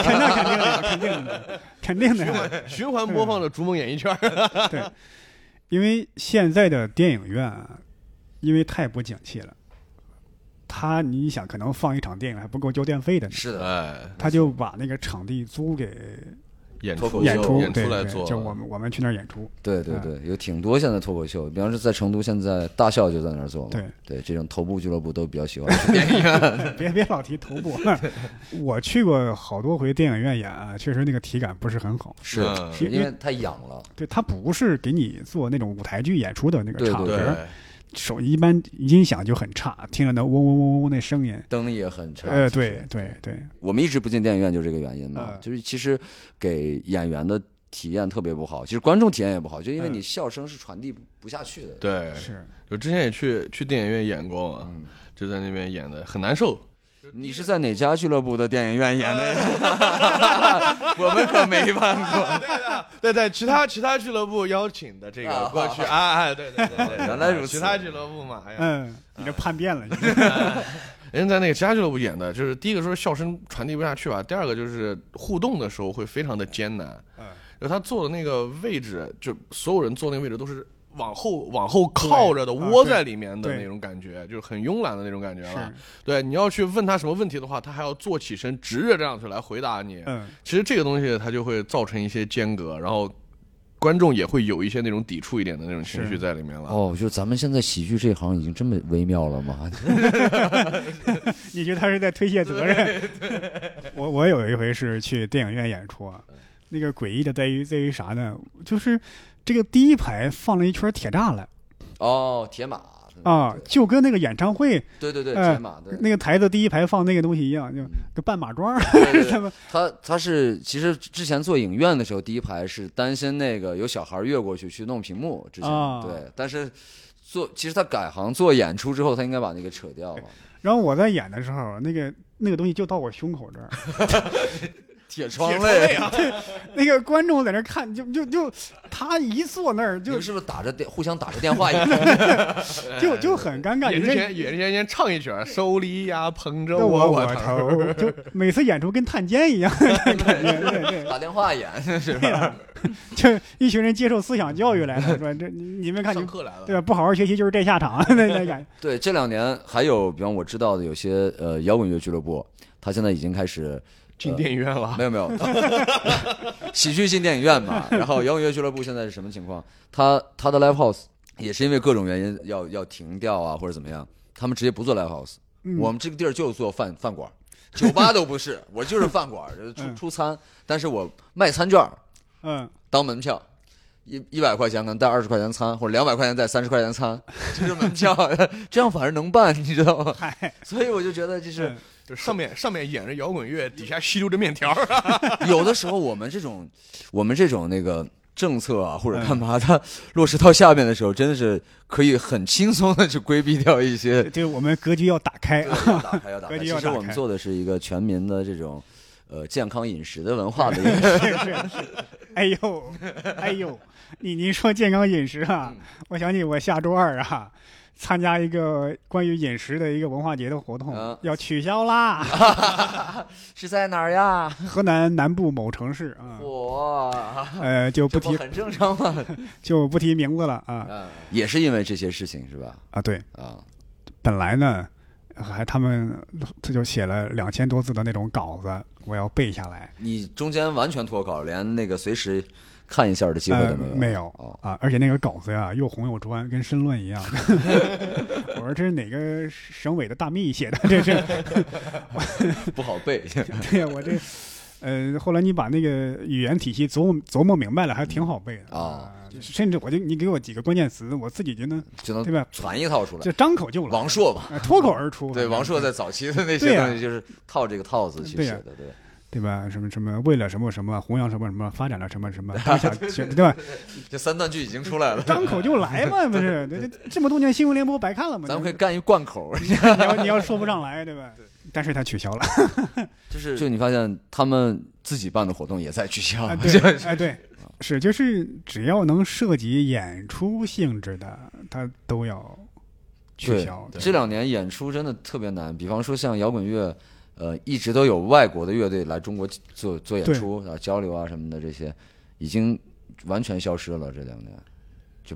肯定的， 循环播放的《逐梦演艺圈》。 对，因为现在的电影院啊，因为太不景气了，你想可能放一场电影还不够交电费的呢。 是的， 他就把那个场地租给。 演出来做， 就我们去那儿演出。 对，有挺多现在脱口秀，比方说在成都，现在大笑就在那儿做嘛。对，这种头部俱乐部都比较喜欢去电影院。 别老提头部，我去过好多回电影院演，确实那个体感不是很好。 是因为太痒了。 对，它不是给你做那种舞台剧演出的那个场合。一般音响就很差，听着那嗡嗡嗡嗡那声音， 灯也很差。 对， 我们一直不进电影院就这个原因嘛，就是其实给演员的体验特别不好，其实观众体验也不好，就因为你笑声是传递不下去的。 对， 是。 我之前也去电影院演过嘛，就在那边演的很难受。 你是在哪家俱乐部的电影院演的？我们可没办过。 对，其他俱乐部邀请的这个过去对， 原来如此。 其他俱乐部嘛， 你这叛变了。 人家在那个其他俱乐部演的，就是第一个说笑声传递不下去吧，第二个就是互动的时候会非常的艰难。就他坐的那个位置，就所有人坐那个位置都是往后靠着的，窝在里面的那种感觉，就是很慵懒的那种感觉了。对，你要去问他什么问题的话，他还要坐起身直着这样子来回答你。其实这个东西它就会造成一些间隔，然后观众也会有一些那种抵触一点的那种情绪在里面了。 就咱们现在喜剧这行已经这么微妙了吗？ 你觉得他是在推卸责任？我有一回是去电影院演出啊，那个诡异的在于啥呢？就是这个第一排放了一圈铁栅栏。 铁马就跟那个演唱会， 对，铁马的那个台子第一排放那个东西一样，就跟扮马庄。 他是其实之前做影院的时候，第一排是担心那个有小孩越过去弄屏幕，之前对，但是其实他改行做演出之后，他应该把那个扯掉了。 然后我在演的时候，那个东西就到我胸口这儿。 铁窗位啊，对，那个观众在那看，就他一坐那儿， 就是不是互相打着电话， 就很尴尬。 演之前唱一曲《手里呀捧着我头》，就每次演出跟探监一样的感觉，对， 打电话演是吧？ 就一群人接受思想教育来了，说这你们看上课来了， 对吧？不好好学习就是这下场，那感觉。 对，这2年还有，比方我知道的有些摇滚乐俱乐部，他现在已经开始。 进电影院了？ 没有，喜剧进电影院嘛。然后摇滚乐俱乐部现在是什么情况？他的 live house 也是因为各种原因要停掉啊，或者怎么样，他们直接不做 live house。我们这个地儿就做饭馆，酒吧都不是，我就是饭馆，出餐，但是我卖餐券，当门票。100块钱可能带20块钱餐，或者200块钱带30块钱餐，这是门票，这样反而能办，你知道吗？所以我就觉得就上面演着摇滚乐，底下吸溜着面条。 有的时候我们这种那个政策啊，或者干嘛，它落实到下面的时候，真的是可以很轻松的去规避掉一些。 对，我们格局要打开， 要打开。其实我们做的是一个全民的这种健康饮食的文化的一个。 是。哎呦，你说健康饮食啊，我想起我下周2啊。参加一个关于饮食的一个文化节的活动，要取消啦。 是在哪儿呀？ 河南南部某城市啊。 哇， 就不提， 很正常嘛， 就不提名字了啊。 也是因为这些事情是吧？ 对啊。本来呢，他就写了2000多字的那种稿子，我要背下来。 你中间完全脱稿，连那个随时看一下的机会都没有。 没有而且那个稿子呀，又红又专，跟申论一样。我说这是哪个省委的大秘写的？这是不好背。 对呀，我这后来你把那个语言体系琢磨明白了，还挺好背的甚至你给我几个关键词，我自己就能对吧？ 传一套出来， 就张口就来。 王朔吧， 脱口而出。 对，王朔在早期的那些东西就是套这个套子去写的，对。 对吧？什么什么为了什么什么弘扬什么什么发展了什么什么，当下对吧？ 这3段剧已经出来了， 张口就来嘛，不是？这么多年新闻联播白看了嘛？ 咱们可以干一贯口， 你要说不上来，对吧？但是他取消了， 就你发现他们自己办的活动也在取消， 对，是就是只要能涉及演出性质的，他都要取消。 这2年演出真的特别难，比方说像摇滚乐，一直都有外国的乐队来中国做演出啊、交流啊什么的，这些已经完全消失了。这2年，就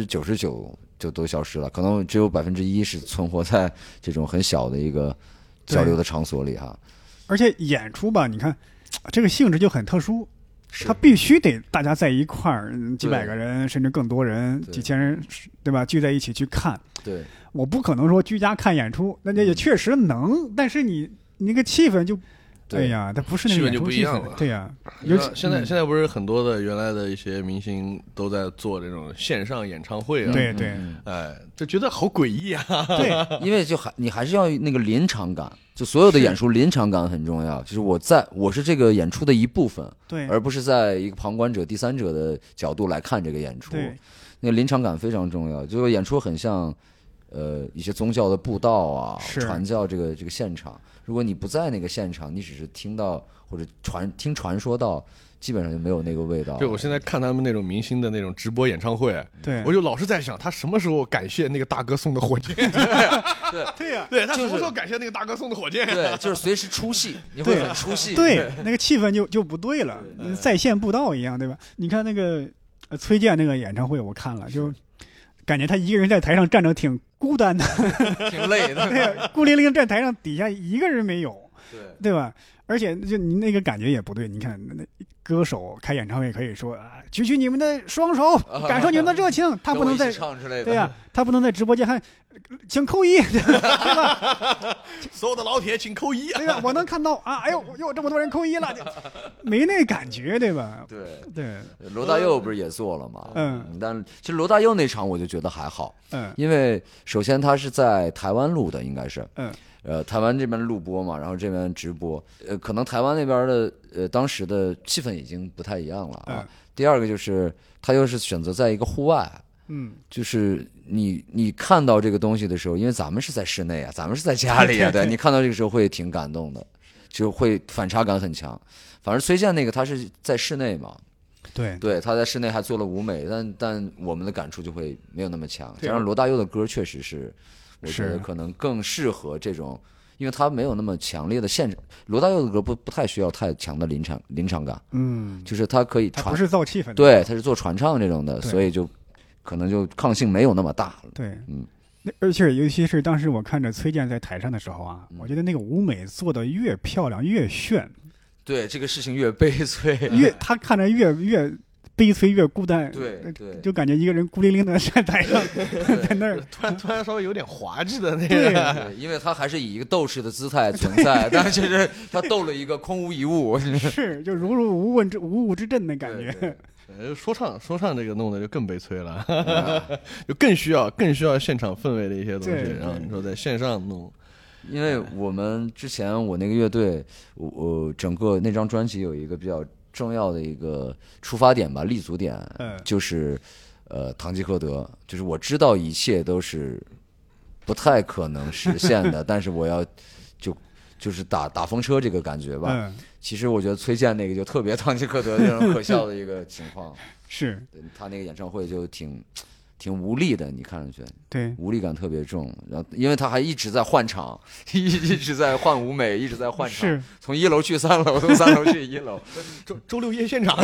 99%就都消失了，可能只有1%是存活在这种很小的一个交流的场所里哈。 而且演出吧，你看这个性质就很特殊，它必须得大家在一块儿，几百个人甚至更多人、几千人，对吧？聚在一起去看。 对， 我不可能说居家看演出，那也确实能，但是你那个气氛就。对呀，它不是那个演出气氛，对呀。 现在不是很多的原来的一些明星都在做这种线上演唱会啊， 对， 就觉得好诡异啊。 对， 因为你还是要那个临场感，就所有的演出临场感很重要。就是我是这个演出的一部分， 对， 而不是在一个旁观者、第三者的角度来看这个演出。 对， 那个临场感非常重要。就是演出很像一些宗教的布道啊、传教这个现场。如果你不在那个现场，你只是听到或者听传说到，基本上就没有那个味道。 对，我现在看他们那种明星的那种直播演唱会， 对， 我就老是在想，他什么时候感谢那个大哥送的火箭？对，他什么时候感谢那个大哥送的火箭？ 对，就是随时出戏，你会很出戏。 对，那个气氛就不对了，在线布道一样，对吧？你看那个崔健那个演唱会，我看了就。感觉他一个人在台上站着挺孤单的， 挺累的， 对，孤零零站台上，底下一个人没有，对吧？而且就你那个感觉也不对。你看那歌手开演唱会可以说啊，举起你们的双手，感受你们的热情。他不能在唱之类的， 对呀，他不能在直播间还请扣一，对吧？ 所有的老铁请扣一， 对吧？我能看到啊，哎呦，又这么多人扣一了，没那感觉，对吧？对， 罗大佑不是也做了吗？但其实罗大佑那场我就觉得还好，因为首先他是在台湾录的，应该是，台湾这边录播嘛，然后这边直播，可能台湾那边的当时的气氛已经不太一样了啊。第二个就是他又是选择在一个户外，就是你看到这个东西的时候，因为咱们是在室内啊，咱们是在家里啊，对，你看到这个时候会挺感动的，就会反差感很强。反正崔健那个他是在室内嘛，对，他在室内还做了舞美，但我们的感触就会没有那么强。加上罗大佑的歌确实是。我觉得可能更适合这种，因为他没有那么强烈的现场。罗大佑的歌不太需要太强的临场感，就是他可以传， 他不是造气氛的， 对，他是做传唱这种的，所以就可能就抗性没有那么大。 对，而且尤其是当时我看着崔健在台上的时候啊，我觉得那个舞美做的越漂亮越炫， 对，这个事情越悲催， 他看着越悲催越孤单， 对， 就感觉一个人孤零零的站台上，在那儿突然稍微有点滑稽的那个， 对，因为他还是以一个斗士的姿态存在，但其实他斗了一个空无一物， 是就如入无物之阵的感觉。 说唱这个弄的就更悲催了，就更需要现场氛围的一些东西，然后你说在线上弄。 因为我们之前我那个乐队，我整个那张专辑有一个比较重要的一个出发点吧，立足点，就是堂吉诃德，就是我知道一切都是不太可能实现的，但是我要就是打风车这个感觉吧。其实我觉得崔健那个就特别堂吉诃德这种可笑的一个情况， 是他那个演唱会就挺无力的，你看上去， 对， 无力感特别重。然后，因为他还一直在换场，一直在换舞美，一直在换场， 是从1楼去3楼，从3楼去1楼。 周六夜现场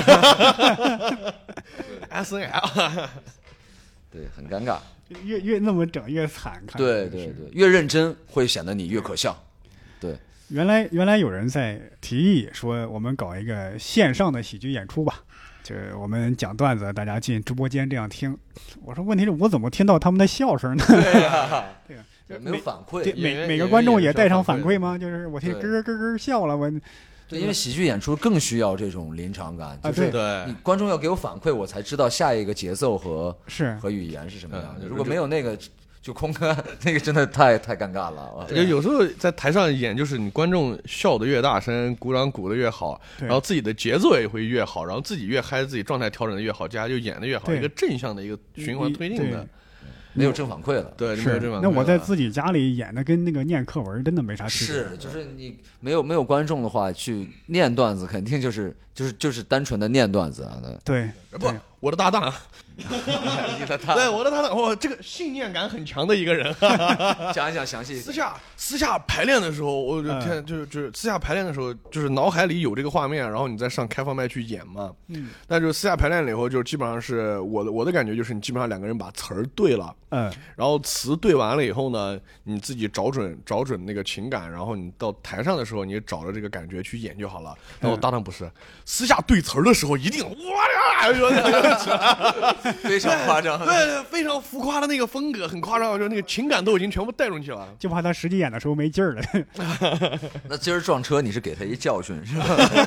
，SNL， 对，很尴尬。 越那么整越惨，看对，越认真会显得你越可笑。对， 原来有人在提议说，我们搞一个线上的喜剧演出吧。就是我们讲段子，大家进直播间这样听。我说问题是我怎么听到他们的笑声呢？ 对呀，没有反馈。 对，每个观众也带上反馈吗？就是我听咯咯咯笑了，我。 对，因为喜剧演出更需要这种临场感，就是你观众要给我反馈，我才知道下一个节奏和语言是什么样的。如果没有那个， 就空的，那个真的太尴尬了。 有时候在台上演，就是你观众笑得越大声，鼓掌鼓得越好，然后自己的节奏也会越好，然后自己越嗨，自己状态调整的越好，大家就演得越好，一个正向的一个循环推进的。 没有正反馈了， 对， 是没有正反馈。 那我在自己家里演的跟那个念课文真的没啥区别。 是，就是你没有观众的话，去念段子，肯定就是单纯的念段子啊。 对，不，我的搭档，对，我的搭档，哇，这个信念感很强的一个人。 讲一讲详细。 私下排练的时候，我天，就是私下排练的时候，就是脑海里有这个画面，然后你再上开放麦去演嘛。但是私下排练了以后，就基本上是我的感觉就是，你基本上两个人把词儿对了，然后词对完了以后呢，你自己找准那个情感，然后你到台上的时候，你找着这个感觉去演就好了。然后搭档不是私下对词儿的时候，一定哇非常夸张， 对，非常浮夸的那个风格，很夸张，就那个情感都已经全部带进去了， 就怕他实际演的时候没劲儿了。 那今儿撞车，你是给他一教训是吧？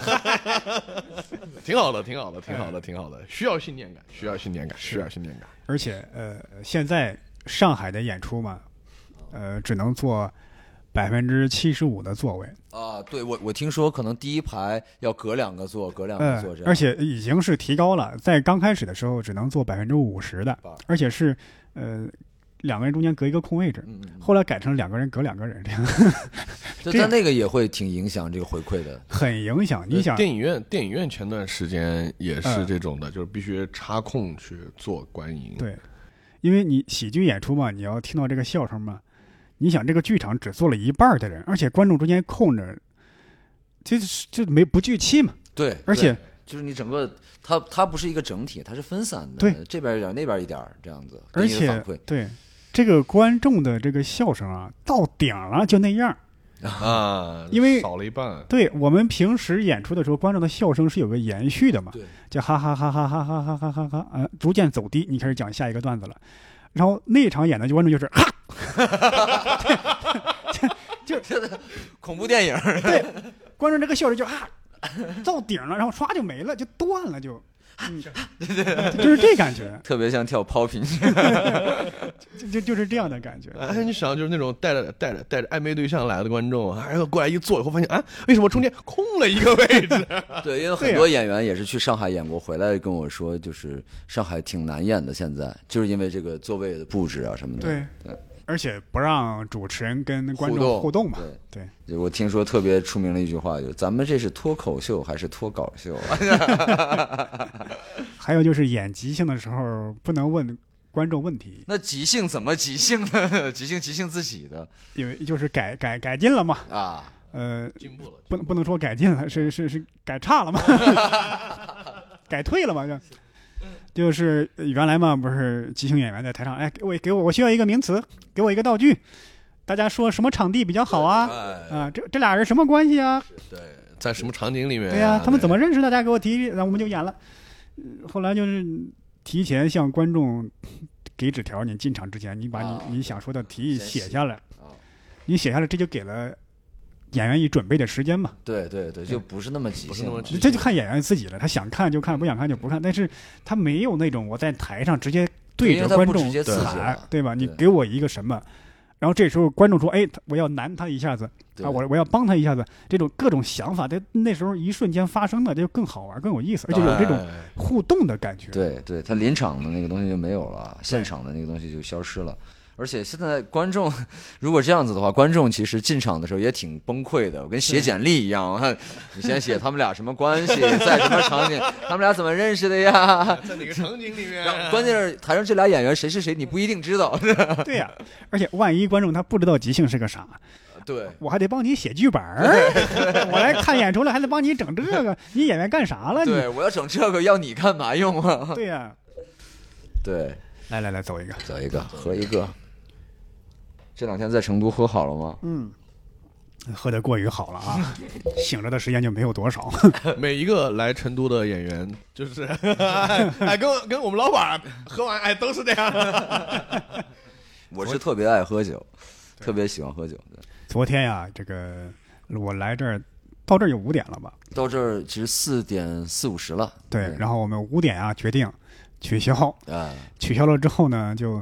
挺好的，需要信念感。 而且现在上海的演出嘛，只能坐75%的座位啊。对，我听说可能第一排要隔两个座这样。 而且已经是提高了，在刚开始的时候只能坐50%的，而且是两个人中间隔一个空位置，后来改成2个人隔2个人这样。 但那个也会挺影响这个回馈的， 很影响。你想， 电影院前段时间也是这种的，就是必须插空去做观影。 对，因为你喜剧演出嘛，你要听到这个笑声嘛。你想这个剧场只坐了一半的人，而且观众中间空着，就不聚气嘛。 对， 而且就是你整个它不是一个整体，它是分散的。 对， 这边一点那边一点这样子。 而且对这个观众的这个笑声啊，到顶了就那样啊， 因为少了一半。 对，我们平时演出的时候，观众的笑声是有个延续的嘛， 对， 就哈哈哈哈哈哈哈哈哈哈，逐渐走低，你开始讲下一个段子了。然后那场演的观众就是哈， 就恐怖电影。 对，观众这个笑声就哈到顶了，然后唰就没了，就断了，就是这感觉， 特别像跳 popping， 就是这样的感觉。 哎，你想就是那种带着暧昧对象来的观众，哎，过来一坐以后发现啊，为什么中间空了一个位置？ 对，因为很多演员也是去上海演过，回来跟我说，就是上海挺难演的，现在就是因为这个座位的布置啊什么的。 对。而且不让主持人跟观众互动嘛。对， 我听说特别出名的一句话，就是咱们这是脱口秀还是脱稿秀？ 还有就是演即兴的时候不能问观众问题。 那即兴怎么即兴呢？即兴自己的， 因为就是改进了嘛。 啊， 进步了， 不能说改进了，是改差了嘛，改退了嘛就。就是原来嘛，不是即兴演员在台上，哎，我需要一个名词，给我一个道具，大家说什么场地比较好啊？啊，这俩人什么关系啊？ 对，在什么场景里面？ 对呀，他们怎么认识？大家给我提，然后我们就演了。后来就是提前向观众给纸条，你进场之前，你把你想说的提议写下来，你写下来，这就给了演员以准备的时间嘛。 对，就不是那么即兴， 这就看演员自己了，他想看就看，不想看就不看。但是他没有那种我在台上直接对着观众喊，对吧？你给我一个什么，然后这时候观众说：“哎，我要难他一下子啊，我要帮他一下子。”这种各种想法，在那时候一瞬间发生的，就更好玩、更有意思，而且有这种互动的感觉。 对，他临场的那个东西就没有了，现场的那个东西就消失了。而且现在观众如果这样子的话，观众其实进场的时候也挺崩溃的，跟写简历一样。你先写他们俩什么关系，在什么场景，他们俩怎么认识的呀？ 在哪个场景里面？ 关键是台上这俩演员谁是谁，你不一定知道。 对呀，而且万一观众他不知道即兴是个啥， 对， 我还得帮你写剧本我来看演出了，还得帮你整这个，你演员干啥了？ 对，我要整这个，要你干嘛用啊？ 对呀， 对， 来，走一个， 喝一个。这2天在成都喝好了吗？ 喝得过于好了啊，醒着的时间就没有多少。 每一个来成都的演员，就是哎，跟我们老板喝完，哎，都是这样。 我是特别爱喝酒，特别喜欢喝酒。 昨天呀，这个我来这儿，到这儿有5点了吧？ 到这儿其实4点40-50了。 对，然后我们5点啊决定取消。取消了之后呢，就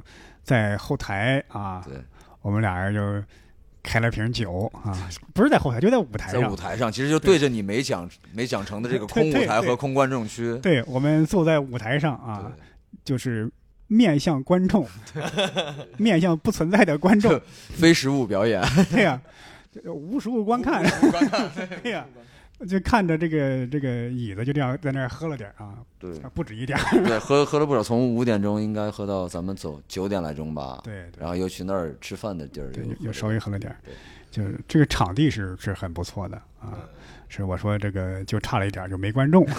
在后台啊， 对， 我们俩人就开了瓶酒啊，不是在后台，就在舞台上。 在舞台上，其实就对着你没讲成的这个空舞台和空观众区。 对，我们坐在舞台上啊，就是面向观众，面向不存在的观众， 非实物表演。 对呀、无实物观看，对呀、就看着这个椅子就这样在那儿喝了点啊， 对， 不止一点。 对，喝了不少，从5点钟应该喝到咱们走9点来钟吧。 对， 然后又去那儿吃饭的地儿， 对，又稍微喝了点。 对， 就是这个场地是很不错的啊。是我说这个就差了一点，就没观众。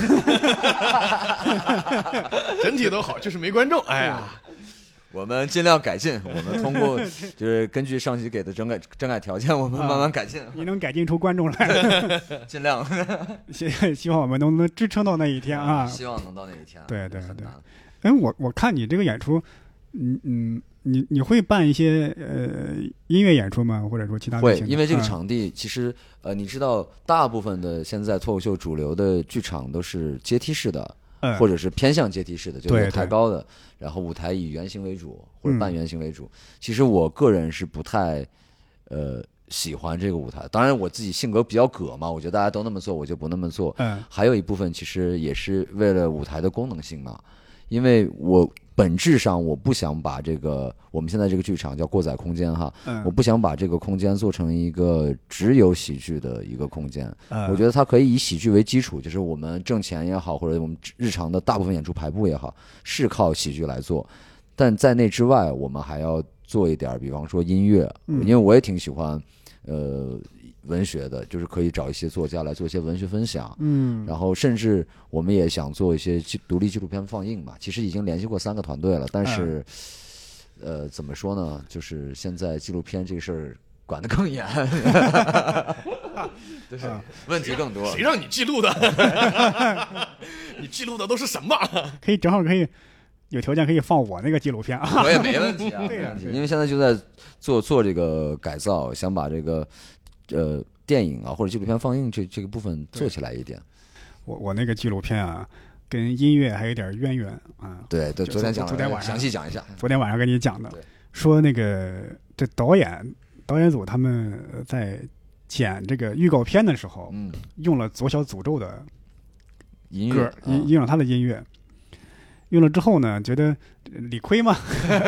整体都好，就是没观众。哎呀， 我们尽量改进，我们通过就是根据上级给的整改条件，我们慢慢改进。 你能改进出观众来， 尽量。 希望我们能支撑到那一天啊！ 希望能到那一天。 对。哎，我看你这个演出，你会办一些音乐演出吗？或者说其他的？ 会，因为这个场地其实你知道，大部分的现在脱口秀主流的剧场都是阶梯式的。或者是偏向阶梯式的，就是抬高的，然后舞台以圆形为主或者半圆形为主。其实我个人是不太喜欢这个舞台，当然我自己性格比较葛嘛，我觉得大家都那么做，我就不那么做。还有一部分其实也是为了舞台的功能性嘛，因为我本质上我不想把这个我们现在这个剧场叫过载空间哈，我不想把这个空间做成一个只有喜剧的一个空间。我觉得它可以以喜剧为基础，就是我们挣钱也好，或者我们日常的大部分演出排布也好，是靠喜剧来做。但在那之外，我们还要做一点，比方说音乐，因为我也挺喜欢文学的，就是可以找一些作家来做一些文学分享，然后甚至我们也想做一些独立纪录片放映嘛。其实已经联系过3个团队了，但是，怎么说呢？就是现在纪录片这个事儿管得更严，就是问题更多。 谁让你记录的？你记录的都是什么？ 正好可以有条件可以放我那个纪录片啊， 我也没问题啊， 对呀， 因为现在就在做这个改造，想把这个。电影啊或者纪录片放映这个部分做起来一点。我那个纪录片啊，跟音乐还有点渊源啊。 对，昨天讲了， 昨天晚上详细讲一下。 昨天晚上跟你讲的，说那个这导演组他们在剪这个预告片的时候，用了左小诅咒的音乐， 用了他的音乐。用了之后呢，觉得理亏嘛，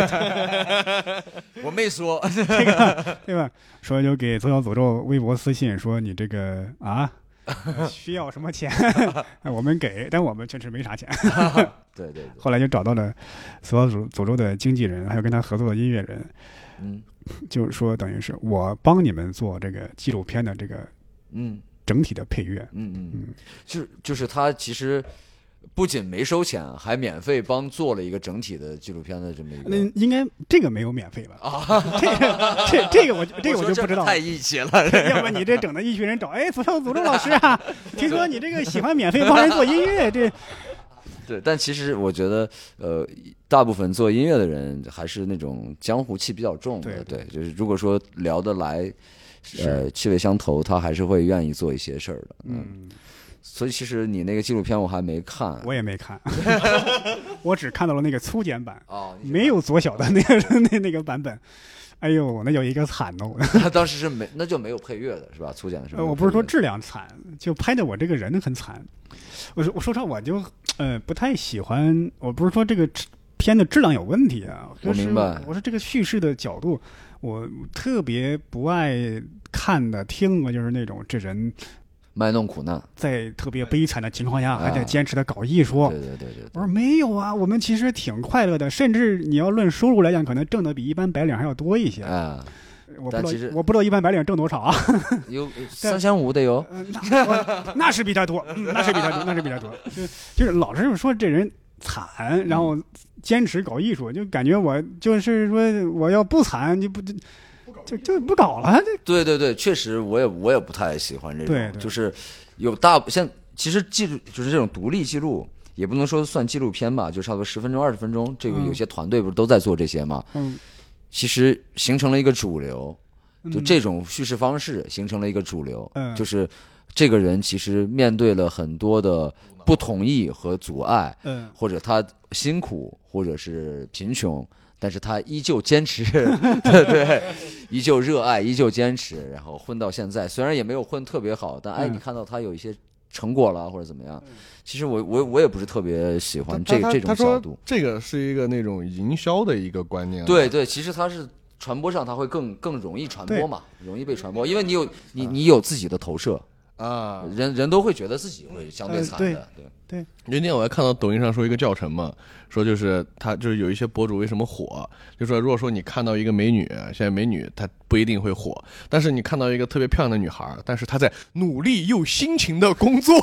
我没说这个，对吧？说就给左小诅咒微博私信说你这个啊，需要什么钱，我们给，但我们确实没啥钱。 对。 后来就找到了左小诅咒的经纪人，还有跟他合作的音乐人，就是说等于是我帮你们做这个纪录片的这个整体的配乐， 就是他其实。不仅没收钱，还免费帮做了一个整体的纪录片的这么一个。 应该这个没有免费吧？啊，这个我就不知道。 太义气了， 要不你这整的一群人找，左小诅咒老师啊，听说你这个喜欢免费帮人做音乐，这。 对，但其实我觉得，大部分做音乐的人还是那种江湖气比较重的，对，就是如果说聊得来，气味相投，他还是会愿意做一些事儿的，所以其实你那个纪录片我还没看， 我也没看，我只看到了那个粗剪版，没有左小的那个版本。哎呦，那叫一个惨哦！ 当时是那就没有配乐的是吧？粗剪的是吧？ 我不是说质量惨，就拍的我这个人很惨。我说实话，我就不太喜欢。我不是说这个片的质量有问题啊， 我明白。 我说这个叙事的角度，我特别不爱看的听的就是那种这人。 卖弄苦难， 在特别悲惨的情况下，还在坚持的搞艺术。 对。 我说没有啊，我们其实挺快乐的，甚至你要论收入来讲，可能挣的比一般白领还要多一些。我不知道一般白领挣多少啊？ 有3500得有。 那是比他多，那是比他多。就是老是说这人惨，然后坚持搞艺术，就感觉我就是说我要不惨就不。就不搞了。 对，确实我也不太喜欢这种， 对， 就是有像其实就是这种独立记录，也不能说算纪录片吧，就差不多10分钟20分钟，这个有些团队不是都在做这些吗？其实形成了一个主流，就这种叙事方式形成了一个主流，就是这个人其实面对了很多的不同意和阻碍，或者他辛苦或者是贫穷。 但是他依旧坚持，对，依旧热爱，依旧坚持，然后混到现在，虽然也没有混特别好，但你看到他有一些成果了或者怎么样，其实我也不是特别喜欢这种角度。 这个是一个那种营销的一个观念。 对，其实它是传播上它会更容易传播嘛，容易被传播，因为你有自己的投射啊，人都会觉得自己会相对惨的。 对，那天我还看到抖音上说一个教程嘛，说就是他就是有一些博主为什么火，就说如果说你看到一个美女，现在美女她不一定会火，但是你看到一个特别漂亮的女孩，但是她在努力又辛勤的工作，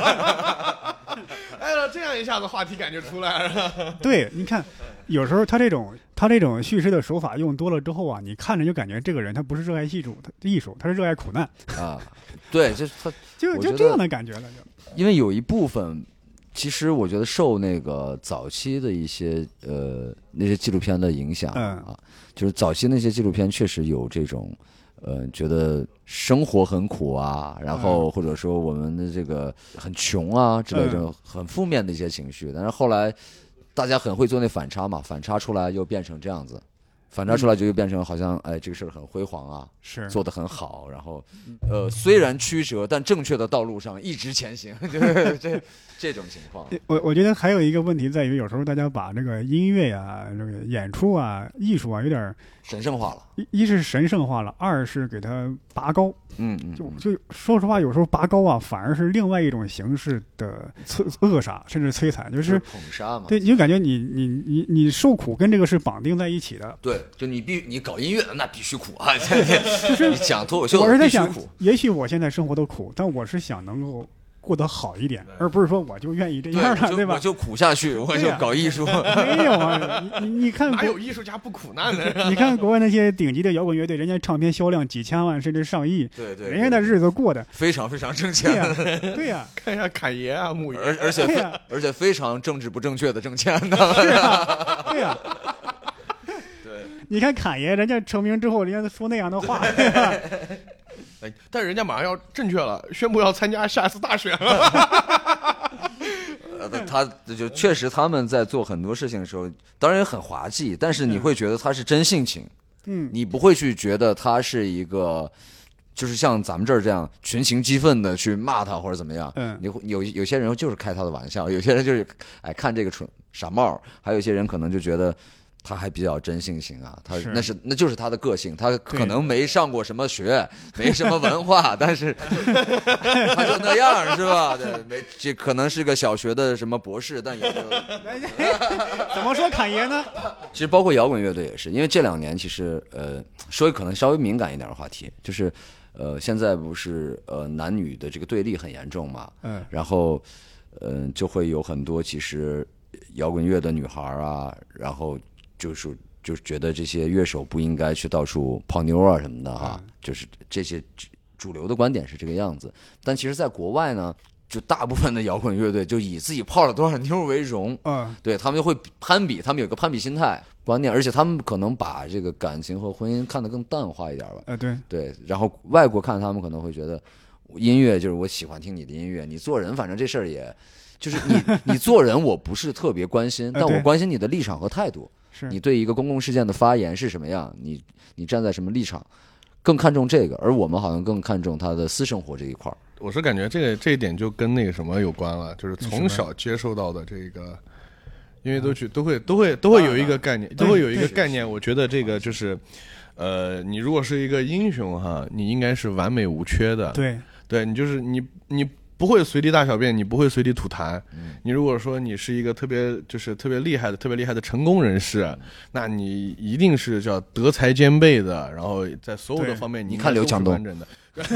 哎呀，这样一下子话题感就出来了。 对，你看，有时候他这种叙事的手法用多了之后啊，你看着就感觉这个人他不是热爱艺术，他是热爱苦难啊。对，就他就这样的感觉了。 因为有一部分，其实我觉得受那个早期的一些那些纪录片的影响啊，就是早期那些纪录片确实有这种觉得生活很苦啊，然后或者说我们的这个很穷啊之类这种很负面的一些情绪，但是后来大家很会做那反差嘛，反差出来又变成这样子。反差出来就又变成好像这个事儿很辉煌啊， 是做得很好，然后虽然曲折，但正确的道路上一直前行，这种情况。 我觉得还有一个问题在于，有时候大家把这个音乐呀、这个演出啊、艺术啊有点神圣化了。 一是神圣化了，二是给它拔高。就说实话，有时候拔高啊，反而是另外一种形式的扼杀，甚至摧残，就是捧杀嘛。 对，你就感觉你受苦跟这个是绑定在一起的。 对，就你搞音乐的那必须苦啊，就是你讲脱口秀我是在想， 必须苦。 也许我现在生活都苦，但我是想能够过得好一点，而不是说我就愿意这样的，对吧？ 我就苦下去，我就搞艺术。 没有啊，你看哪有艺术家不苦难的？ 你看国外那些顶级的摇滚乐队，人家唱片销量几千万甚至上亿， 对， 人家的日子过得非常非常挣钱。 对呀， 看一下侃爷啊，牧爷， 而且非常政治不正确的挣钱的。 是啊，对呀。对，你看侃爷，人家成名之后，人家说那样的话，对吧？ 但人家马上要正确了，宣布要参加下一次大选了。 他就确实他们在做很多事情的时候，当然也很滑稽，但是你会觉得他是真性情，你不会去觉得他是一个，就是像咱们这儿这样群情激愤的去骂他或者怎么样，你会有些人就是开他的玩笑，有些人就是看这个傻帽，还有一些人可能就觉得。他还比较真性情啊，那就是他的个性，他可能没上过什么学，没什么文化，但是他就那样是吧？对，这可能是个小学的什么博士，但也就怎么说侃爷呢？ 其实包括摇滚乐队也是，因为这2年其实说可能稍微敏感一点的话题，就是现在不是男女的这个对立很严重嘛，然后就会有很多其实摇滚乐的女孩啊，然后。就是觉得这些乐手不应该去到处泡妞啊什么的哈，就是这些主流的观点是这个样子。但其实在国外呢，就大部分的摇滚乐队就以自己泡了多少妞为荣，对，他们就会攀比，他们有个攀比心态观念，而且他们可能把这个感情和婚姻看得更淡化一点吧。对，然后外国看他们可能会觉得音乐就是我喜欢听你的音乐，你做人反正这事儿也就是你做人我不是特别关心，但我关心你的立场和态度。你对一个公共事件的发言是什么样？你站在什么立场？更看重这个，而我们好像更看重他的私生活这一块。 我是感觉这一点就跟那个什么有关了，就是从小接受到的这个，因为都会有一个概念，都会有一个概念。我觉得这个就是，你如果是一个英雄哈，你应该是完美无缺的。对，你就是你不会随地大小便，你不会随地吐痰。你如果说你是一个特别厉害的成功人士，那你一定是叫德才兼备的，然后在所有的方面你看刘强东完整的。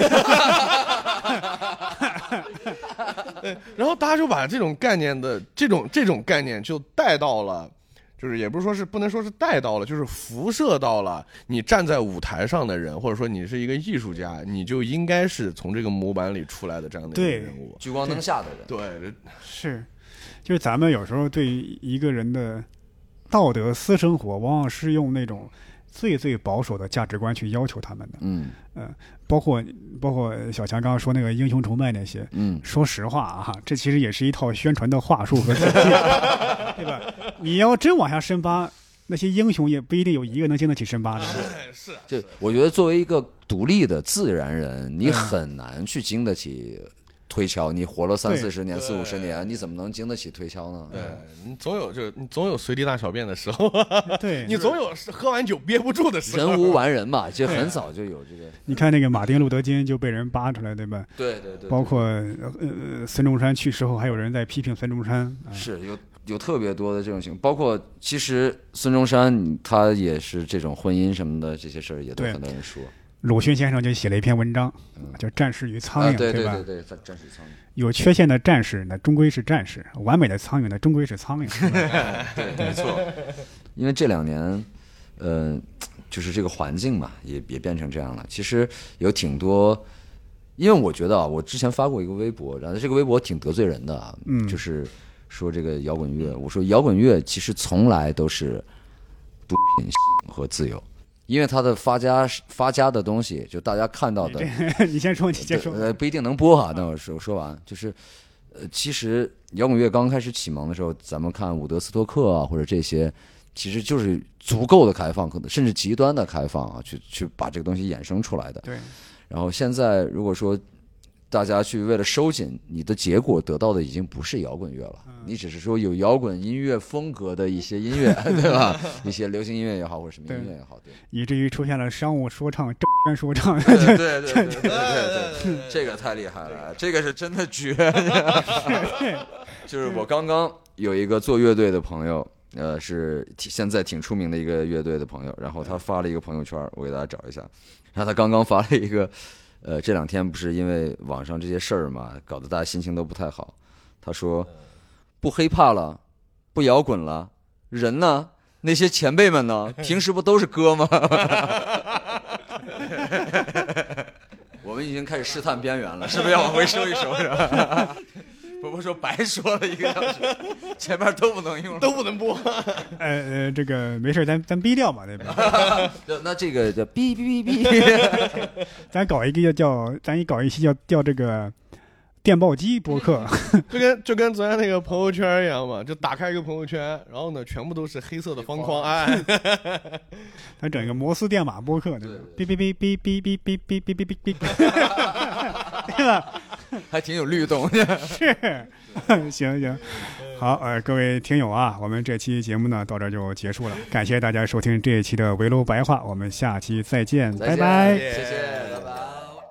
对，然后大家就把这种概念的这种概念就带到了。就是也不能说是带到了，就是辐射到了你站在舞台上的人，或者说你是一个艺术家，你就应该是从这个模板里出来的这样的一个人物， 聚光灯下的人。 对， 是，就是咱们有时候对一个人的道德私生活，往往是用那种最保守的价值观去要求他们的。包括小强刚刚说那个英雄崇拜那些，说实话啊，这其实也是一套宣传的话术和体系，对吧？你要真往下深扒， 那些英雄也不一定有一个能经得起深扒的。 是， 就我觉得作为一个独立的自然人，你很难去经得起推敲。你活了30-40年、40-50年，你怎么能经得起推敲呢？ 对，你总有随地大小便的时候， 对， 你总有喝完酒憋不住的时候。 人无完人嘛，就很早就有这个。 你看那个马丁路德金就被人扒出来，对吧？ 对， 包括孙中山去世后，还有人在批评孙中山。 是有特别多的这种情况，包括其实孙中山他也是这种婚姻什么的这些事儿，也都很多人说。 鲁迅先生就写了一篇文章，叫《战士与苍蝇》， 对吧？ 对，战士与苍蝇。 有缺陷的战士那终归是战士，完美的苍蝇那终归是苍蝇。 对，没错。因为这2年，就是这个环境嘛，也变成这样了。其实有挺多，因为我觉得我之前发过一个微博，然后这个微博挺得罪人的，就是说这个摇滚乐，我说摇滚乐其实从来都是毒品和自由。因为它的发家的东西，就大家看到的， 你先说， 不一定能播哈。那我说完，就是，其实摇滚乐刚开始启蒙的时候，咱们看伍德斯托克啊，或者这些，其实就是足够的开放，可能甚至极端的开放啊，去把这个东西衍生出来的。 对。 然后现在如果说大家去为了收紧，你的结果得到的已经不是摇滚乐了，你只是说有摇滚音乐风格的一些音乐，对吧？一些流行音乐也好，或者什么音乐也好，对， 以至于出现了商务说唱、正圈说唱。 对，这个太厉害了，这个是真的绝。就是我刚刚有一个做乐队的朋友，是现在挺出名的一个乐队的朋友，然后他发了一个朋友圈，我给大家找一下，然后他刚刚发了一个。这2天不是因为网上这些事儿嘛，搞得大家心情都不太好。他说，不黑怕了，不摇滚了，人呢？那些前辈们呢？平时不都是歌吗？我们已经开始试探边缘了，是不是要往回收一收？是吧？伯伯说白说了1个小时，前面都不能用了， 都不能播。 这个没事，咱逼掉嘛，对吧？ 那这个叫逼逼逼逼， 咱搞一个咱搞一期叫这个电报机播客， 就跟昨天那个朋友圈一样嘛，就打开一个朋友圈，然后呢，全部都是黑色的方框， 咱整一个摩斯电码播客，对吧？哔哔哔哔哔哔哔哔哔哔哔，对吧？ 还挺有律动。 是，行，好，各位听友啊，我们这期节目呢到这就结束了，感谢大家收听这一期的围炉白话，我们下期再见，拜拜， 谢谢，拜拜。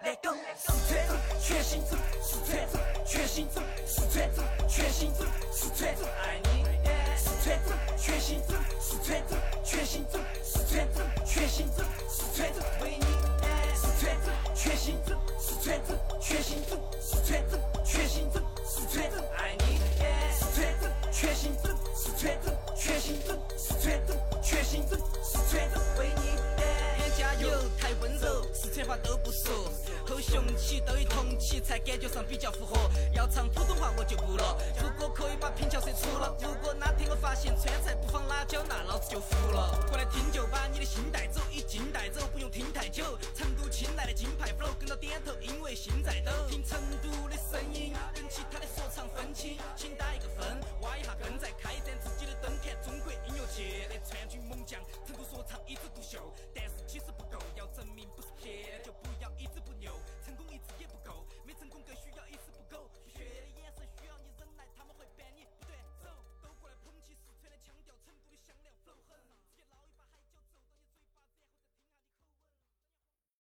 都不说，后雄起都有同起，才感觉上比较符合。要唱普通话我就不了，如果可以把平翘舌除了，如果哪天我发现川菜不放辣椒，那老子就服了。过来听就把你的心带走，一劲带走，不用听太久。成都青来的金牌 flow 跟到点头，因为心在抖。听成